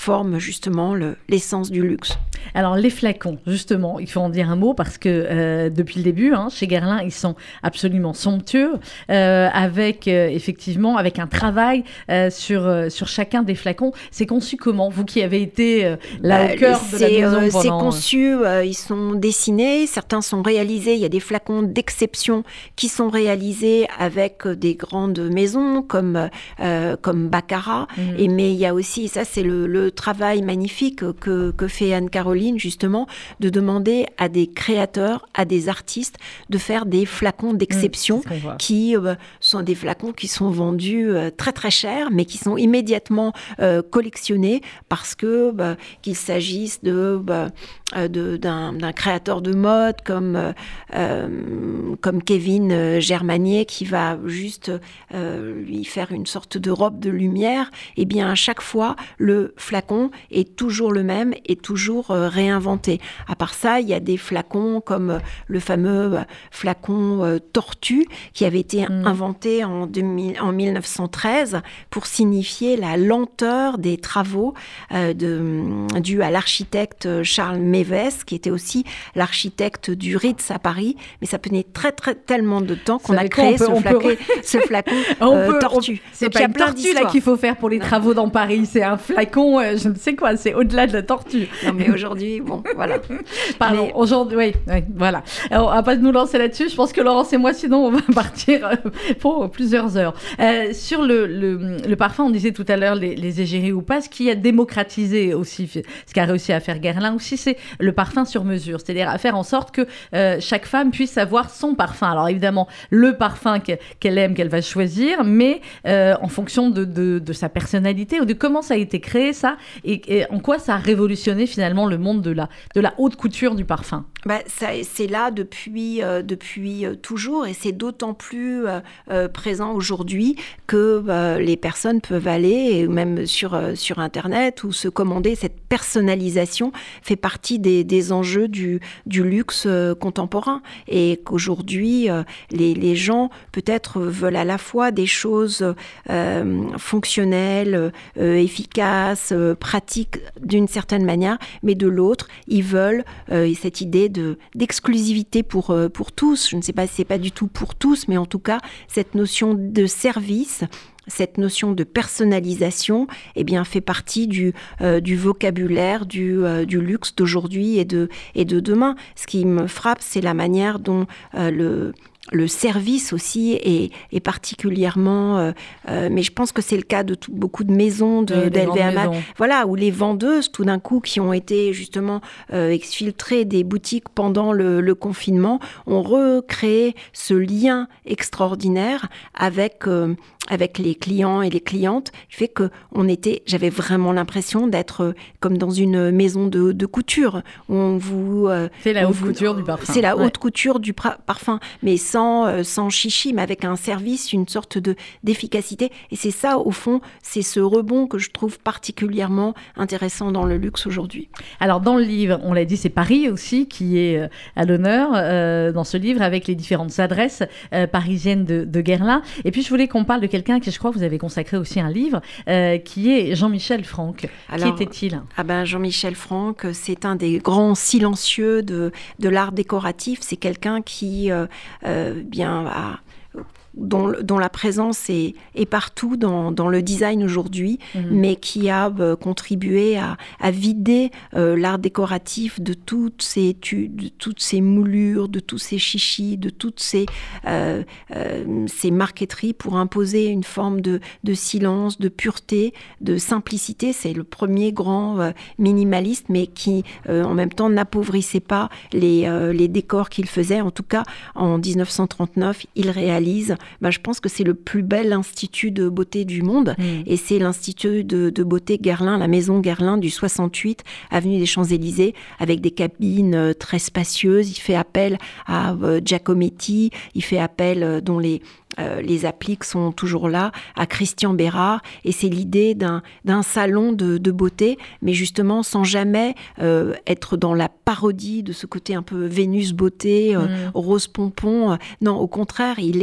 forment justement le, l'essence du luxe. Alors les flacons, justement, il faut en dire un mot parce que euh, depuis le début, hein, chez Guerlain, ils sont absolument somptueux, euh, avec euh, effectivement avec un travail euh, sur euh, sur chacun des flacons. C'est conçu comment? Vous qui avez été euh, là bah, au cœur de la maison euh, pendant... C'est conçu, euh, ils sont dessinés, certains sont réalisés. Il y a des flacons d'exception qui sont réalisés avec des grandes maisons comme euh, comme Baccarat. Mmh. Et mais il y a aussi, ça c'est le, le travail magnifique que que fait Anne-Caroline, justement, de demander à des créateurs, à des artistes de faire des flacons d'exception mmh, qui euh, sont des flacons qui sont vendus euh, très très cher, mais qui sont immédiatement euh, collectionnés parce que bah, qu'il s'agisse de, bah, de d'un, d'un créateur de mode comme euh, comme Kevin Germanier qui va juste euh, lui faire une sorte de robe de lumière. Et bien à chaque fois le flacon est toujours le même et toujours euh, réinventé. À part ça, il y a des flacons comme le fameux flacon euh, tortue qui avait été mmh. inventé en, deux mille, en mille neuf cent treize pour signifier la lenteur des travaux euh, de, dû à l'architecte Charles Mévès, qui était aussi l'architecte du Ritz à Paris. Mais ça prenait très, très, tellement de temps qu'on a créé peut, ce, flacon, peut... ce flacon euh, peut, tortue. On... C'est pas une tortue là qu'il faut faire pour les non. travaux dans Paris, c'est un flacon, euh, je ne sais quoi, c'est au-delà de la tortue. Non mais aujourd'hui, bon, voilà. Pardon, mais... aujourd'hui, oui, oui, voilà. Alors, on va pas nous lancer là-dessus, je pense que Laurence et moi, sinon, on va partir pour plusieurs heures. Euh, sur le, le, le parfum, on disait tout à l'heure les, les égéries ou pas, ce qui a démocratisé aussi, ce qu'a réussi à faire Guerlain aussi, c'est le parfum sur mesure, c'est-à-dire à faire en sorte que euh, chaque femme puisse avoir son parfum. Alors évidemment, le parfum que, qu'elle aime, qu'elle va choisir, mais euh, en fonction de, de, de sa personnalité ou de comment ça a été créé, ça, et, et en quoi ça a révolutionné finalement le monde de la, de la haute couture du parfum. Bah, ça, c'est là depuis, euh, depuis euh, toujours et c'est d'autant plus euh, euh, présent aujourd'hui que euh, les personnes peuvent aller, et même sur, euh, sur Internet, ou se commander. Cette personnalisation fait partie des, des enjeux du, du luxe euh, contemporain et qu'aujourd'hui, euh, les, les gens peut-être veulent à la fois des choses euh, fonctionnelles, euh, efficaces, euh, pratiques d'une certaine manière, mais de l'autre, ils veulent euh, cette idée de De, d'exclusivité pour, euh, pour tous. Je ne sais pas si c'est pas du tout pour tous, mais en tout cas, cette notion de service, cette notion de personnalisation, eh bien, fait partie du, euh, du vocabulaire du, euh, du luxe d'aujourd'hui et de, et de demain. Ce qui me frappe, c'est la manière dont euh, le... Le service aussi est, est particulièrement, euh, euh, mais je pense que c'est le cas de tout, beaucoup de maisons de, oui, d'L V M H, voilà, où les vendeuses, tout d'un coup, qui ont été justement euh, exfiltrées des boutiques pendant le, le confinement, ont recréé ce lien extraordinaire avec euh, avec les clients et les clientes, qui fait que on était, j'avais vraiment l'impression d'être comme dans une maison de, de couture. Où on vous, euh, c'est la haute vous, couture du parfum. C'est la ouais. haute couture du pra- parfum, mais sans, euh, sans chichi, mais avec un service, une sorte de, d'efficacité. Et c'est ça, au fond, c'est ce rebond que je trouve particulièrement intéressant dans le luxe aujourd'hui. Alors, dans le livre, on l'a dit, c'est Paris aussi qui est euh, à l'honneur euh, dans ce livre, avec les différentes adresses euh, parisiennes de, de Guerlain. Et puis, je voulais qu'on parle de quelqu'un qui, je crois, vous avez consacré aussi un livre, euh, qui est Jean-Michel Franck. Alors, qui était-il ? Ah ben, Jean-Michel Franck, c'est un des grands silencieux de, de l'art décoratif. C'est quelqu'un qui euh, euh, bien a... Dont, dont la présence est, est partout dans, dans le design aujourd'hui, mmh. mais qui a euh, contribué à, à vider euh, l'art décoratif de toutes ces tu, de toutes ces moulures, de tous ces chichis, de toutes ces, euh, euh, ces marqueteries pour imposer une forme de, de silence, de pureté, de simplicité. C'est le premier grand euh, minimaliste, mais qui euh, en même temps n'appauvrissait pas les, euh, les décors qu'il faisait. En tout cas, en dix-neuf cent trente-neuf, il réalise Ben, je pense que c'est le plus bel institut de beauté du monde. Mmh. Et c'est l'institut de, de beauté Guerlain, la maison Guerlain du soixante-huit, avenue des Champs-Élysées, avec des cabines euh, très spacieuses. Il fait appel à euh, Giacometti, il fait appel, euh, dont les... Euh, les appliques sont toujours là, à Christian Bérard, et c'est l'idée d'un, d'un salon de, de beauté, mais justement sans jamais euh, être dans la parodie de ce côté un peu Vénus beauté, euh, mmh. rose pompon. Non, au contraire, il est dans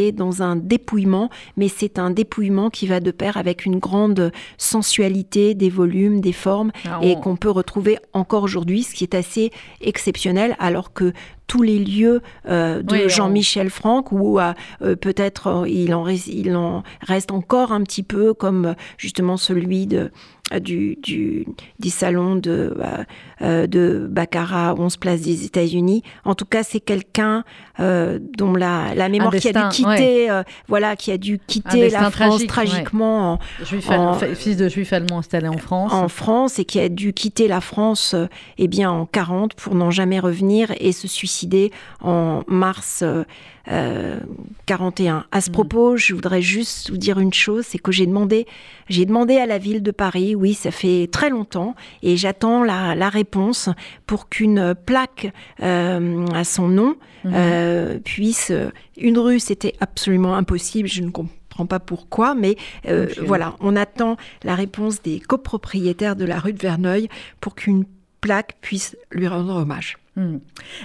un dépouillement, mais c'est un dépouillement qui va de pair avec une grande sensualité des volumes, des formes, ah, on... et qu'on peut retrouver encore aujourd'hui, ce qui est assez exceptionnel, alors que tous les lieux euh, de oui, Jean-Michel on... Franck, où euh, peut-être euh, il, en reste, il en reste encore un petit peu, comme justement celui de, euh, du, du, du salon de, euh, de Baccarat, onze place des États-Unis. En tout cas, c'est quelqu'un euh, dont la, la mémoire destin, qui a dû quitter, ouais. euh, voilà, qui a dû quitter la France tragique, tragiquement, ouais. Juif en, fils de juif allemand installé en France, en France, et qui a dû quitter la France, euh, eh bien en quarante pour n'en jamais revenir et se suicider en mars euh, euh, quarante et un. À ce mmh. propos, je voudrais juste vous dire une chose, c'est que j'ai demandé, j'ai demandé à la ville de Paris, oui, ça fait très longtemps, et j'attends la, la réponse pour qu'une plaque euh, à son nom mmh. euh, puisse... Une rue, c'était absolument impossible, je ne comprends pas pourquoi, mais euh, okay. voilà, on attend la réponse des copropriétaires de la rue de Verneuil pour qu'une plaque puisse lui rendre hommage. Mmh.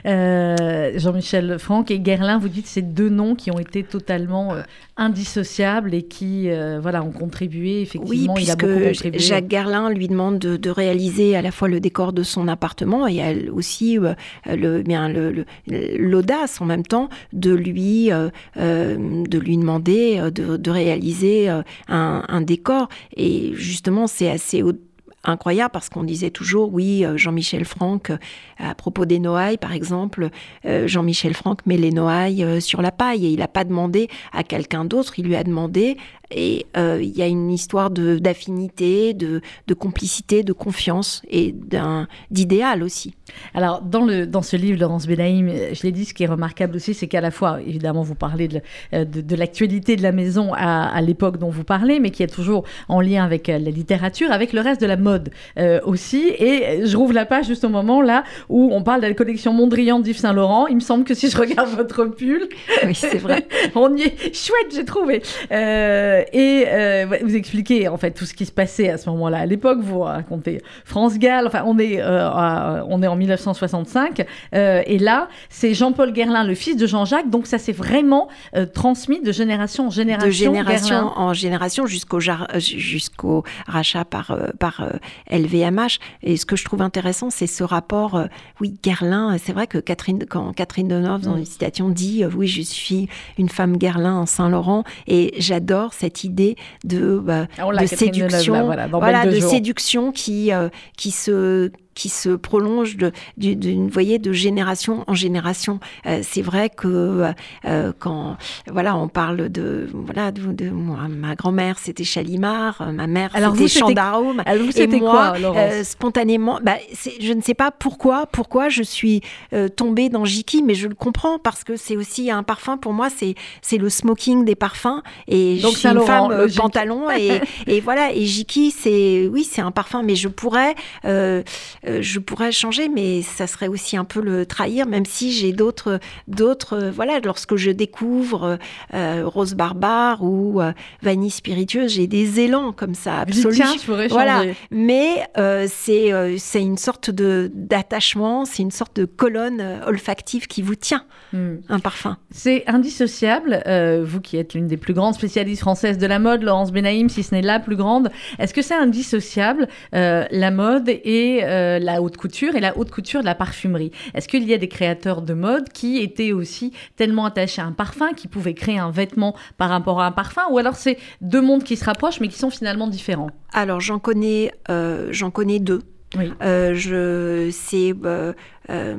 Euh, Jean-Michel Franck et Guerlain, vous dites ces deux noms qui ont été totalement euh, indissociables et qui euh, voilà, ont contribué, effectivement, oui, il a beaucoup contribué. Jacques Guerlain lui demande de, de réaliser à la fois le décor de son appartement et elle aussi euh, le, bien, le, le, l'audace en même temps de lui, euh, euh, de lui demander de, de réaliser euh, un, un décor. Et justement, c'est assez incroyable parce qu'on disait toujours, oui, Jean-Michel Franck, à propos des Noailles, par exemple, euh, Jean-Michel Franck met les Noailles euh, sur la paille et il n'a pas demandé à quelqu'un d'autre, il lui a demandé, et euh, il y a une histoire de, d'affinité, de, de complicité, de confiance et d'un, d'idéal aussi. Alors, dans, le, dans ce livre, Laurence Benaïm, je l'ai dit, ce qui est remarquable aussi, c'est qu'à la fois, évidemment, vous parlez de, de, de l'actualité de la maison à, à l'époque dont vous parlez, mais qui est toujours en lien avec la littérature, avec le reste de la mode euh, aussi. Et je rouvre la page juste au moment là où on parle de la collection Mondrian d'Yves Saint Laurent. Il me semble que si je regarde votre pull, oui, c'est vrai. On y est. Chouette, j'ai trouvé. Euh, et euh, vous expliquez en fait tout ce qui se passait à ce moment-là à l'époque. Vous racontez France Gall. Enfin, on est, euh, à, on est en dix-neuf cent soixante-cinq. Euh, et là, c'est Jean-Paul Guerlain, le fils de Jean-Jacques. Donc ça s'est vraiment euh, transmis de génération en génération. De génération Guerlain. en génération jusqu'au, jar, jusqu'au rachat par, euh, par euh, L V M H. Et ce que je trouve intéressant, c'est ce rapport. Euh, oui, Guerlain. C'est vrai que Catherine, quand Catherine Deneuve, dans une citation, dit euh, oui, je suis une femme Guerlain en Saint-Laurent. Et j'adore cette idée de, bah, de séduction, Deneuve, là, voilà, voilà de jours. séduction qui, euh, qui se qui se prolonge de, de, de, vous voyez, de génération en génération. Euh, c'est vrai que euh, quand voilà, on parle de, voilà, de, de moi, ma grand-mère, c'était Chalimard, ma mère, alors c'était Chandarome. Et moi, quoi, euh, spontanément, bah, c'est, je ne sais pas pourquoi, pourquoi je suis euh, tombée dans Jiki, mais je le comprends parce que c'est aussi un parfum. Pour moi, c'est, c'est le smoking des parfums. Et donc, je suis une femme euh, pantalon. et, et voilà, et Jiki, c'est, oui, c'est un parfum, mais je pourrais... Euh, je pourrais changer, mais ça serait aussi un peu le trahir, même si j'ai d'autres, d'autres voilà, lorsque je découvre euh, Rose Barbare ou euh, Vanille Spiritueuse, j'ai des élans comme ça, absolus. Tiens, je pourrais voilà. changer. Mais euh, c'est, euh, c'est une sorte de, d'attachement, c'est une sorte de colonne olfactive qui vous tient, hmm. un parfum. C'est indissociable, euh, vous qui êtes l'une des plus grandes spécialistes françaises de la mode, Laurence Benaïm, si ce n'est la plus grande, est-ce que c'est indissociable, euh, la mode et euh, la haute couture et la haute couture de la parfumerie? Est-ce qu'il y a des créateurs de mode qui étaient aussi tellement attachés à un parfum qu'ils pouvaient créer un vêtement par rapport à un parfum, ou alors c'est deux mondes qui se rapprochent mais qui sont finalement différents? Alors j'en connais, euh, j'en connais deux. Oui. Euh, je, c'est euh, euh,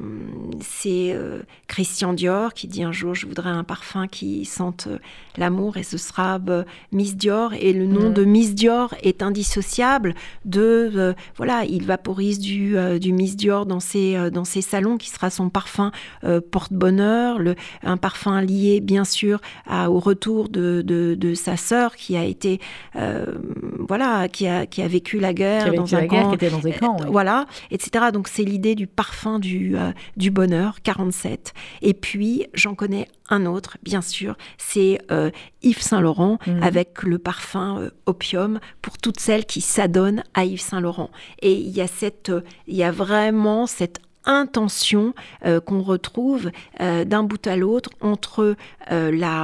c'est euh, Christian Dior qui dit un jour je voudrais un parfum qui sente euh, l'amour, et ce sera euh, Miss Dior, et le nom mmh. de Miss Dior est indissociable de euh, voilà, il vaporise du euh, du Miss Dior dans ses euh, dans ses salons, qui sera son parfum euh, porte-bonheur, le un parfum lié bien sûr à, au retour de, de de sa sœur qui a été euh, voilà qui a qui a vécu la guerre qui avait dans un la camp, guerre, qui était dans des camps, oui. Voilà, et cetera. Donc c'est l'idée du parfum du, euh, du bonheur, quarante-sept. Et puis, j'en connais un autre, bien sûr, c'est euh, Yves Saint Laurent, mmh. avec le parfum euh, Opium, pour toutes celles qui s'adonnent à Yves Saint Laurent. Et il y a cette, euh, il y a vraiment cette intention euh, qu'on retrouve euh, d'un bout à l'autre entre euh, la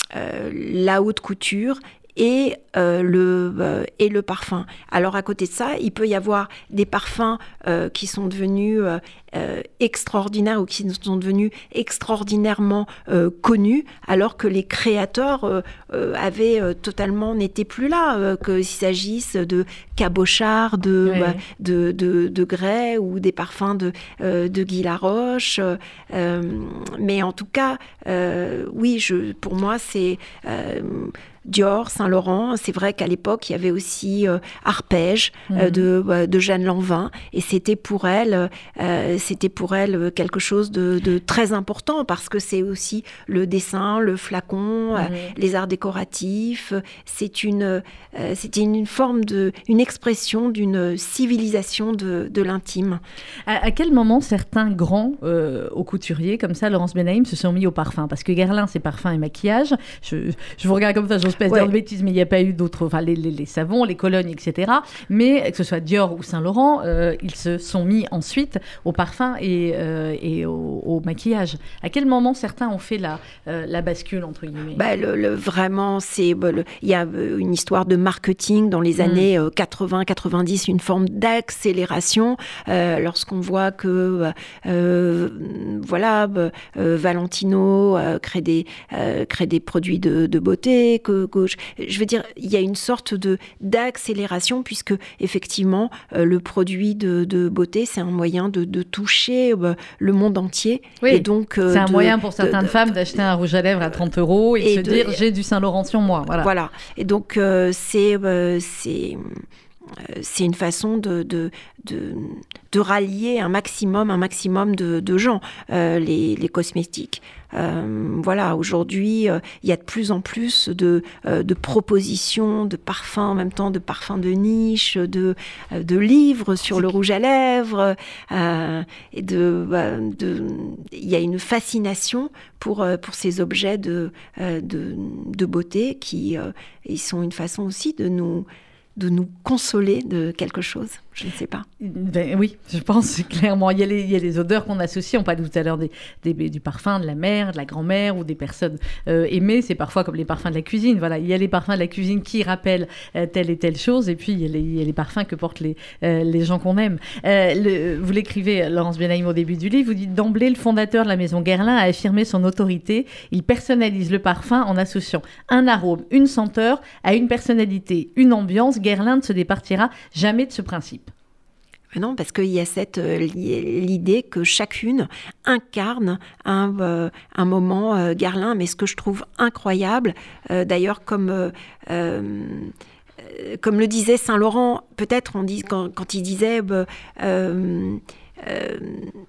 euh, la haute couture et, euh, le, euh, et le parfum. Alors à côté de ça, il peut y avoir des parfums euh, qui sont devenus euh, euh, extraordinaires ou qui sont devenus extraordinairement euh, connus, alors que les créateurs euh, euh, avaient euh, totalement n'étaient plus là, euh, qu'il s'agisse de cabochard, de, Ouais. bah, de, de, de Grès ou des parfums de, euh, de Guy Laroche. Euh, mais en tout cas, euh, oui, je, pour moi, c'est... Euh, Dior, Saint-Laurent, c'est vrai qu'à l'époque, il y avait aussi euh, Arpège euh, Mhm. de, euh, de Jeanne Lanvin, et c'était pour elle, euh, c'était pour elle quelque chose de, de très important, parce que c'est aussi le dessin, le flacon, euh, Mhm. les arts décoratifs. C'est une, euh, c'était une forme de, une expression d'une civilisation de, de l'intime. À, à quel moment certains grands euh, hauts couturiers, comme ça, Laurence Benaïm, se sont mis au parfum? Parce que Guerlain, c'est parfum et maquillage. Je, je vous regarde comme ça, j'ose pas Ouais. dire de bêtises, mais il n'y a pas eu d'autres, enfin, les, les, les savons, les colognes, et cetera. Mais que ce soit Dior ou Saint-Laurent, euh, ils se sont mis ensuite au parfum et, euh, et au, au maquillage. À quel moment certains ont fait la, euh, la bascule, entre guillemets? Bah, le, le, vraiment, c'est, bah, le, il y a euh, une histoire de marketing dans les Mm. années euh, quatre-vingts quatre-vingt-dix, une forme d'accélération euh, lorsqu'on voit que euh, voilà, bah, euh, Valentino euh, crée, des, euh, crée des produits de, de beauté, que, que je, je veux dire, il y a une sorte de, d'accélération puisque effectivement, euh, le produit de, de beauté, c'est un moyen de, de toucher euh, le monde entier. Oui, et donc, euh, c'est un de, moyen pour de, certaines de, femmes d'acheter un rouge à lèvres à trente euros et, et de se de- dire j'ai du Saint-Laurent sur moi. Voilà. Voilà. Et donc, euh, c'est, euh, c'est, euh, c'est une façon de, de, de, de rallier un maximum, un maximum de, de gens, euh, les, les cosmétiques. Euh, voilà, aujourd'hui, euh, il y a de plus en plus de, euh, de propositions, de parfums, en même temps de parfums de niche, de, euh, de livres sur le rouge à lèvres. Euh, et de, bah, de, il y a une fascination pour, euh, pour ces objets de, euh, de, de beauté qui euh, ils sont une façon aussi de nous, de nous consoler de quelque chose. Je ne sais pas. Ben, oui, je pense clairement. Il y a les, il y a les odeurs qu'on associe. On parlait tout à l'heure des, des, du parfum de la mère, de la grand-mère ou des personnes euh, aimées. C'est parfois comme les parfums de la cuisine. Voilà, il y a les parfums de la cuisine qui rappellent euh, telle et telle chose. Et puis, il y a les, il y a les parfums que portent les, euh, les gens qu'on aime. Euh, le, vous l'écrivez, Laurence Benaïm, au début du livre. Vous dites d'emblée, le fondateur de la maison Guerlain a affirmé son autorité. Il personnalise le parfum en associant un arôme, une senteur à une personnalité, une ambiance. Guerlain ne se départira jamais de ce principe. Mais non, parce qu'il y a cette euh, l'idée que chacune incarne un, euh, un moment euh, Guerlain. Mais ce que je trouve incroyable, euh, d'ailleurs, comme euh, euh, comme le disait Saint-Laurent, peut-être on dit quand, quand il disait euh, euh, euh,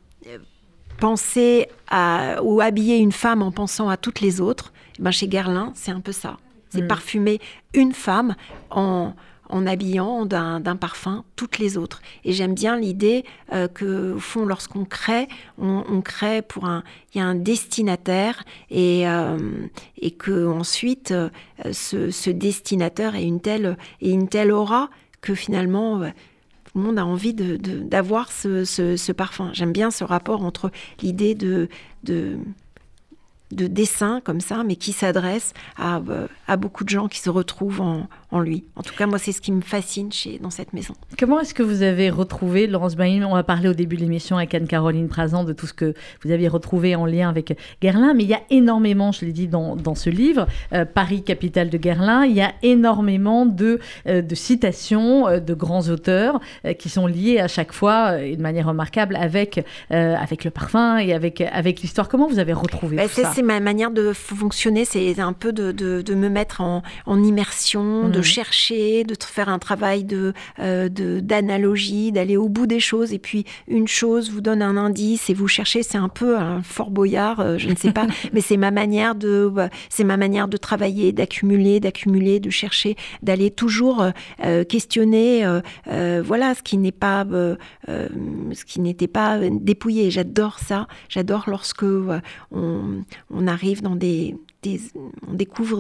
penser à ou habiller une femme en pensant à toutes les autres. Ben chez Guerlain, c'est un peu ça. C'est Mmh. parfumer une femme en en habillant d'un, d'un parfum toutes les autres. Et j'aime bien l'idée euh, que, au fond, lorsqu'on crée, on, on crée pour un... Il y a un destinataire et, euh, et qu'ensuite, euh, ce, ce destinataire ait une telle, ait une telle aura que finalement... Euh, tout le monde a envie de, de, d'avoir ce, ce, ce parfum. J'aime bien ce rapport entre l'idée de... de de dessin comme ça, mais qui s'adresse à, euh, à beaucoup de gens qui se retrouvent en, en lui. En tout cas, moi, c'est ce qui me fascine chez, dans cette maison. Comment est-ce que vous avez retrouvé, Laurence Benaïm, on a parlé au début de l'émission avec Anne-Caroline Prazan de tout ce que vous aviez retrouvé en lien avec Guerlain, mais il y a énormément, je l'ai dit dans, dans ce livre, euh, Paris, capitale de Guerlain, il y a énormément de, euh, de citations euh, de grands auteurs euh, qui sont liés à chaque fois, euh, et de manière remarquable, avec, euh, avec le parfum et avec, avec l'histoire. Comment vous avez retrouvé bah, tout c'est, ça? C'est ma manière de fonctionner, c'est un peu de, de, de me mettre en, en immersion, mmh. de chercher, de faire un travail de, euh, de, d'analogie, d'aller au bout des choses. Et puis, une chose vous donne un indice et vous cherchez, c'est un peu un Fort Boyard, euh, je ne sais pas, mais c'est ma manière de, euh, c'est ma manière de travailler, d'accumuler, d'accumuler, de chercher, d'aller toujours euh, questionner, euh, euh, voilà, ce qui n'est pas, euh, euh, ce qui n'était pas dépouillé. J'adore ça. J'adore lorsque euh, on on arrive dans des, des... On découvre des archives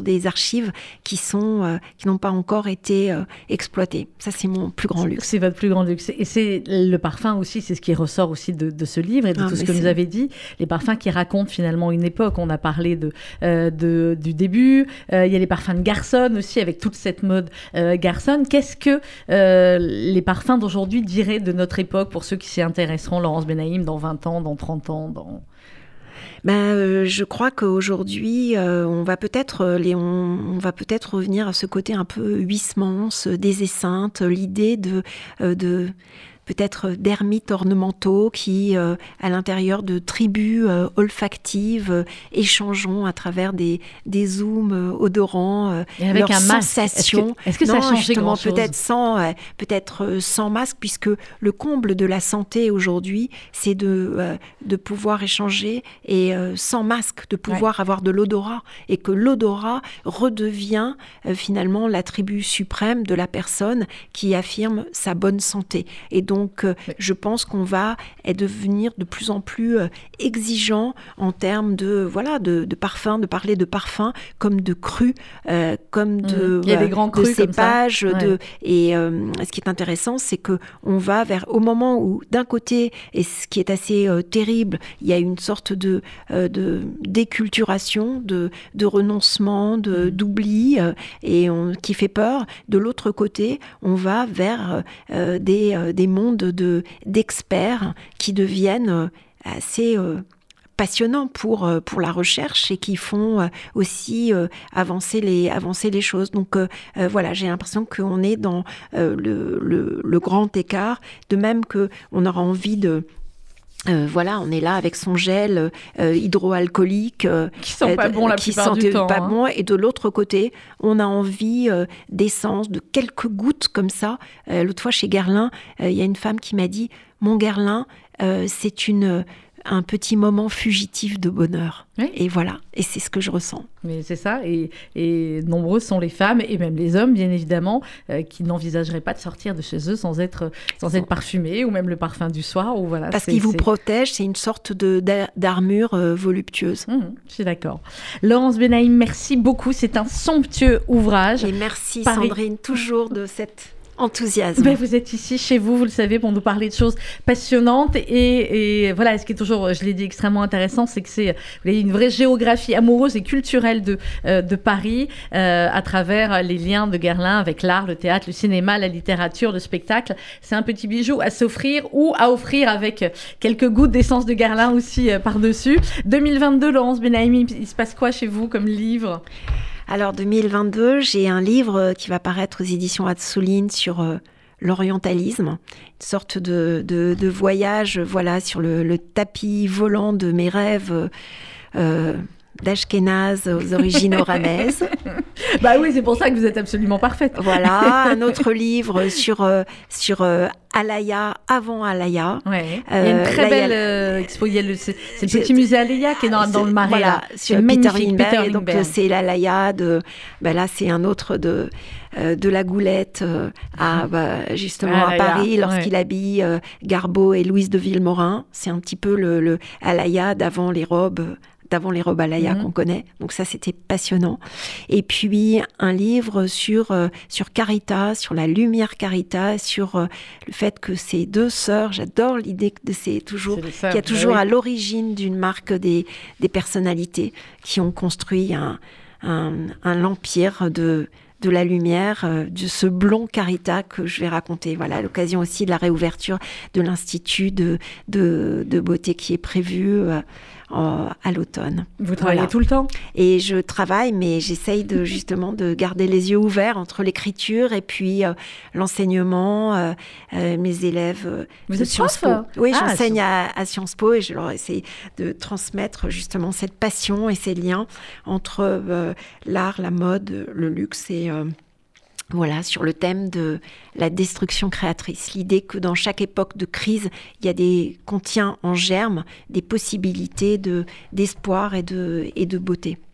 archives qui sont euh, qui n'ont pas encore été euh, exploitées. Ça, c'est mon plus grand luxe. C'est votre plus grand luxe. Et c'est le parfum aussi, c'est ce qui ressort aussi de, de ce livre et de ah, tout ce que vous avez dit. Les parfums qui racontent finalement une époque. On a parlé de, euh, de, du début. Euh, il y a les parfums de Garçonne aussi, avec toute cette mode euh, Garçonne. Qu'est-ce que euh, les parfums d'aujourd'hui diraient de notre époque pour ceux qui s'y intéresseront, Laurence Benaïm, dans vingt ans, dans trente ans dans... Ben, euh, je crois qu'aujourd'hui, euh, on va peut-être euh, les, on, on va peut-être revenir à ce côté un peu Huysmans, des esseintes, l'idée de, euh, de peut-être d'ermites ornementaux qui, euh, à l'intérieur de tribus euh, olfactives, euh, échangeons à travers des, des zooms euh, odorants, euh, et avec leurs un sensations. Masque. Est-ce que, est-ce que non, ça a changé justement, grand-chose ? peut-être sans, euh, peut-être euh, sans masque, puisque le comble de la santé aujourd'hui, c'est de, euh, de pouvoir échanger et euh, sans masque, de pouvoir ouais. avoir de l'odorat, et que l'odorat redevient euh, finalement l'attribut suprême de la personne qui affirme sa bonne santé. Et donc, Donc, euh, oui. je pense qu'on va devenir de plus en plus euh, exigeant en termes de, voilà, de, de parfum, de parler de parfum comme de cru, euh, comme de, mmh. Il y a des grands crus de cépages. Comme ça. De, ouais. Et euh, ce qui est intéressant, c'est qu'on va vers, au moment où, d'un côté, et ce qui est assez euh, terrible, il y a une sorte de, euh, de déculturation, de, de renoncement, de, mmh. d'oubli, euh, et on, qui fait peur. De l'autre côté, on va vers euh, des, euh, des mondes De, d'experts qui deviennent assez euh, passionnants pour, euh, pour la recherche et qui font euh, aussi euh, avancer, les, avancer les choses. Donc euh, euh, voilà, j'ai l'impression qu'on est dans euh, le, le, le grand écart, de même qu'on aura envie de... Euh, voilà, on est là avec son gel euh, hydroalcoolique euh, qui sent pas bon la qui plupart du temps. Pas hein. bon, et de l'autre côté, on a envie euh, d'essence, de quelques gouttes comme ça. Euh, l'autre fois chez Guerlain, il euh, y a une femme qui m'a dit « Mon Guerlain, euh, c'est une... un petit moment fugitif de bonheur. Oui. » Et voilà, et c'est ce que je ressens. Mais c'est ça, et, et nombreuses sont les femmes, et même les hommes, bien évidemment, euh, qui n'envisageraient pas de sortir de chez eux sans être, sans être parfumés, ou même le parfum du soir. Ou voilà, Parce c'est, qu'il vous c'est... protège, c'est une sorte de, d'armure euh, voluptueuse. Mmh, je suis d'accord. Laurence Benaïm, merci beaucoup, c'est un somptueux ouvrage. Et merci Paris. Sandrine, toujours de cette... enthousiasme. Ben, vous êtes ici chez vous, vous le savez, pour nous parler de choses passionnantes et, et voilà, ce qui est toujours, je l'ai dit, extrêmement intéressant, c'est que c'est vous avez une vraie géographie amoureuse et culturelle de, euh, de Paris euh, à travers les liens de Guerlain avec l'art, le théâtre, le cinéma, la littérature, le spectacle. C'est un petit bijou à s'offrir ou à offrir avec quelques gouttes d'essence de Guerlain aussi euh, par-dessus. deux mille vingt-deux, Laurence Benaïm, il se passe quoi chez vous comme livre ? Alors, deux mille vingt-deux, j'ai un livre qui va paraître aux éditions Assouline sur euh, l'orientalisme, une sorte de, de, de voyage, voilà, sur le, le tapis volant de mes rêves euh, d'Ashkénaze aux origines oranaises. Bah oui, c'est pour ça que vous êtes absolument parfaite. Voilà, un autre livre sur, euh, sur euh, Alaya, avant Alaya. Ouais. Euh, il y a une très là, belle a... euh, expo, il y a le, c'est, c'est le petit musée Alaya qui est dans, dans le Marais. Voilà, là. sur c'est Peter magnifique, Lindbergh. Peter Et donc, Lindbergh. c'est l'Alaya de... Ben là, c'est un autre de... Euh, de la Goulette euh, à bah, justement ah, à Paris là, lorsqu'il ouais. habille euh, Garbeau et Louise de Villemorin. C'est un petit peu le, le Alaya d'avant les robes d'avant les robes Alaya mmh. qu'on connaît. Donc ça, c'était passionnant. Et puis, un livre sur, euh, sur Caritas, sur la lumière Caritas, sur euh, le fait que ces deux sœurs, j'adore l'idée que c'est toujours, c'est qu'il y a toujours bah oui. à l'origine d'une marque des, des personnalités qui ont construit un, un, un empire de... de la lumière, euh, de ce blond Caritas que je vais raconter. Voilà, à l'occasion aussi de la réouverture de l'Institut de, de, de beauté qui est prévu euh, en, à l'automne. Vous travaillez voilà. tout le temps ? Et je travaille, mais j'essaye de, justement de garder les yeux ouverts entre l'écriture et puis euh, l'enseignement, euh, euh, mes élèves euh, Vous de êtes Sciences Po. prof ? Oui, ah, j'enseigne c'est... à, à Sciences Po et je leur essaie de transmettre justement cette passion et ces liens entre euh, l'art, la mode, le luxe et euh, voilà, sur le thème de la destruction créatrice. L'idée que dans chaque époque de crise, il y a des, contient en germe des possibilités de, d'espoir et de, et de beauté.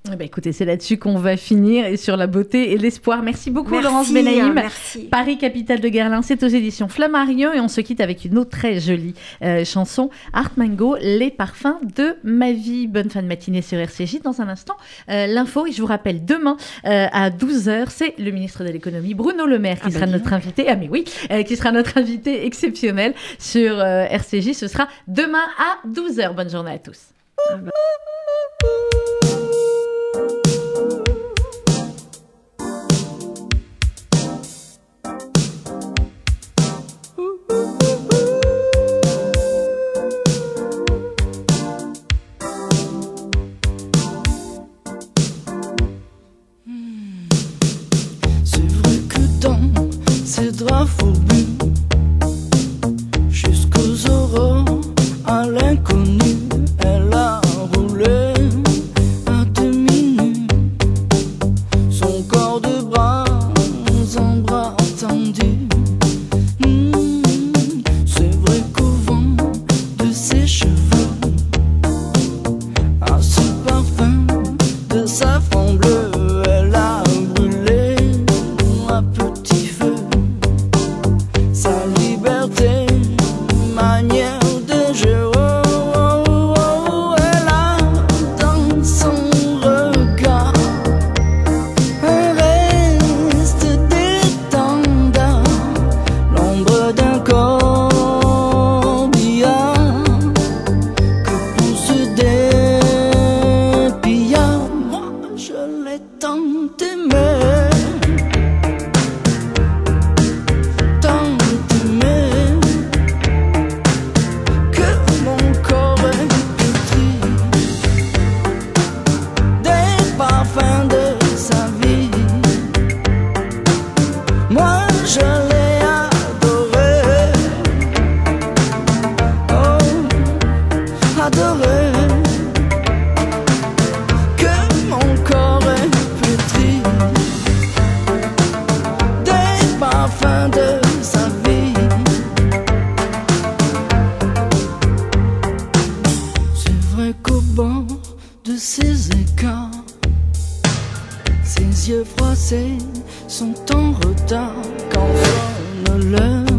Eh ben, écoutez, c'est là-dessus qu'on va finir et sur la beauté et l'espoir. Merci beaucoup merci, Laurence Benaïm. Merci. Paris, capitale de Guerlain, c'est aux éditions Flammarion et on se quitte avec une autre très jolie euh, chanson, Art Mango, Les parfums de ma vie. Bonne fin de matinée sur R C J. Dans un instant, euh, l'info, et je vous rappelle, demain euh, à douze heures, c'est le ministre de l'économie Bruno Le Maire qui ah sera bah notre invité. Ah mais oui, euh, qui sera notre invité exceptionnel sur euh, R C J. Ce sera demain à douze heures. Bonne journée à tous. Ah bah. Fourbu jusqu'aux aurores à l'inconnu, elle a roulé à demi nu, son corps de bras en bras tendus. Mmh, c'est vrai qu'au vent de ses cheveux, à ce parfum de safran bleu, elle a brûlé à petit feu. Sa liberté, manière de jeu, oh, oh, oh, elle a dans son regard un reste d'étendard, l'ombre d'un corbillard que pousse des pillards. Moi je l'ai tant aimé. Ses yeux froissés sont en retard quand sonne l'heure.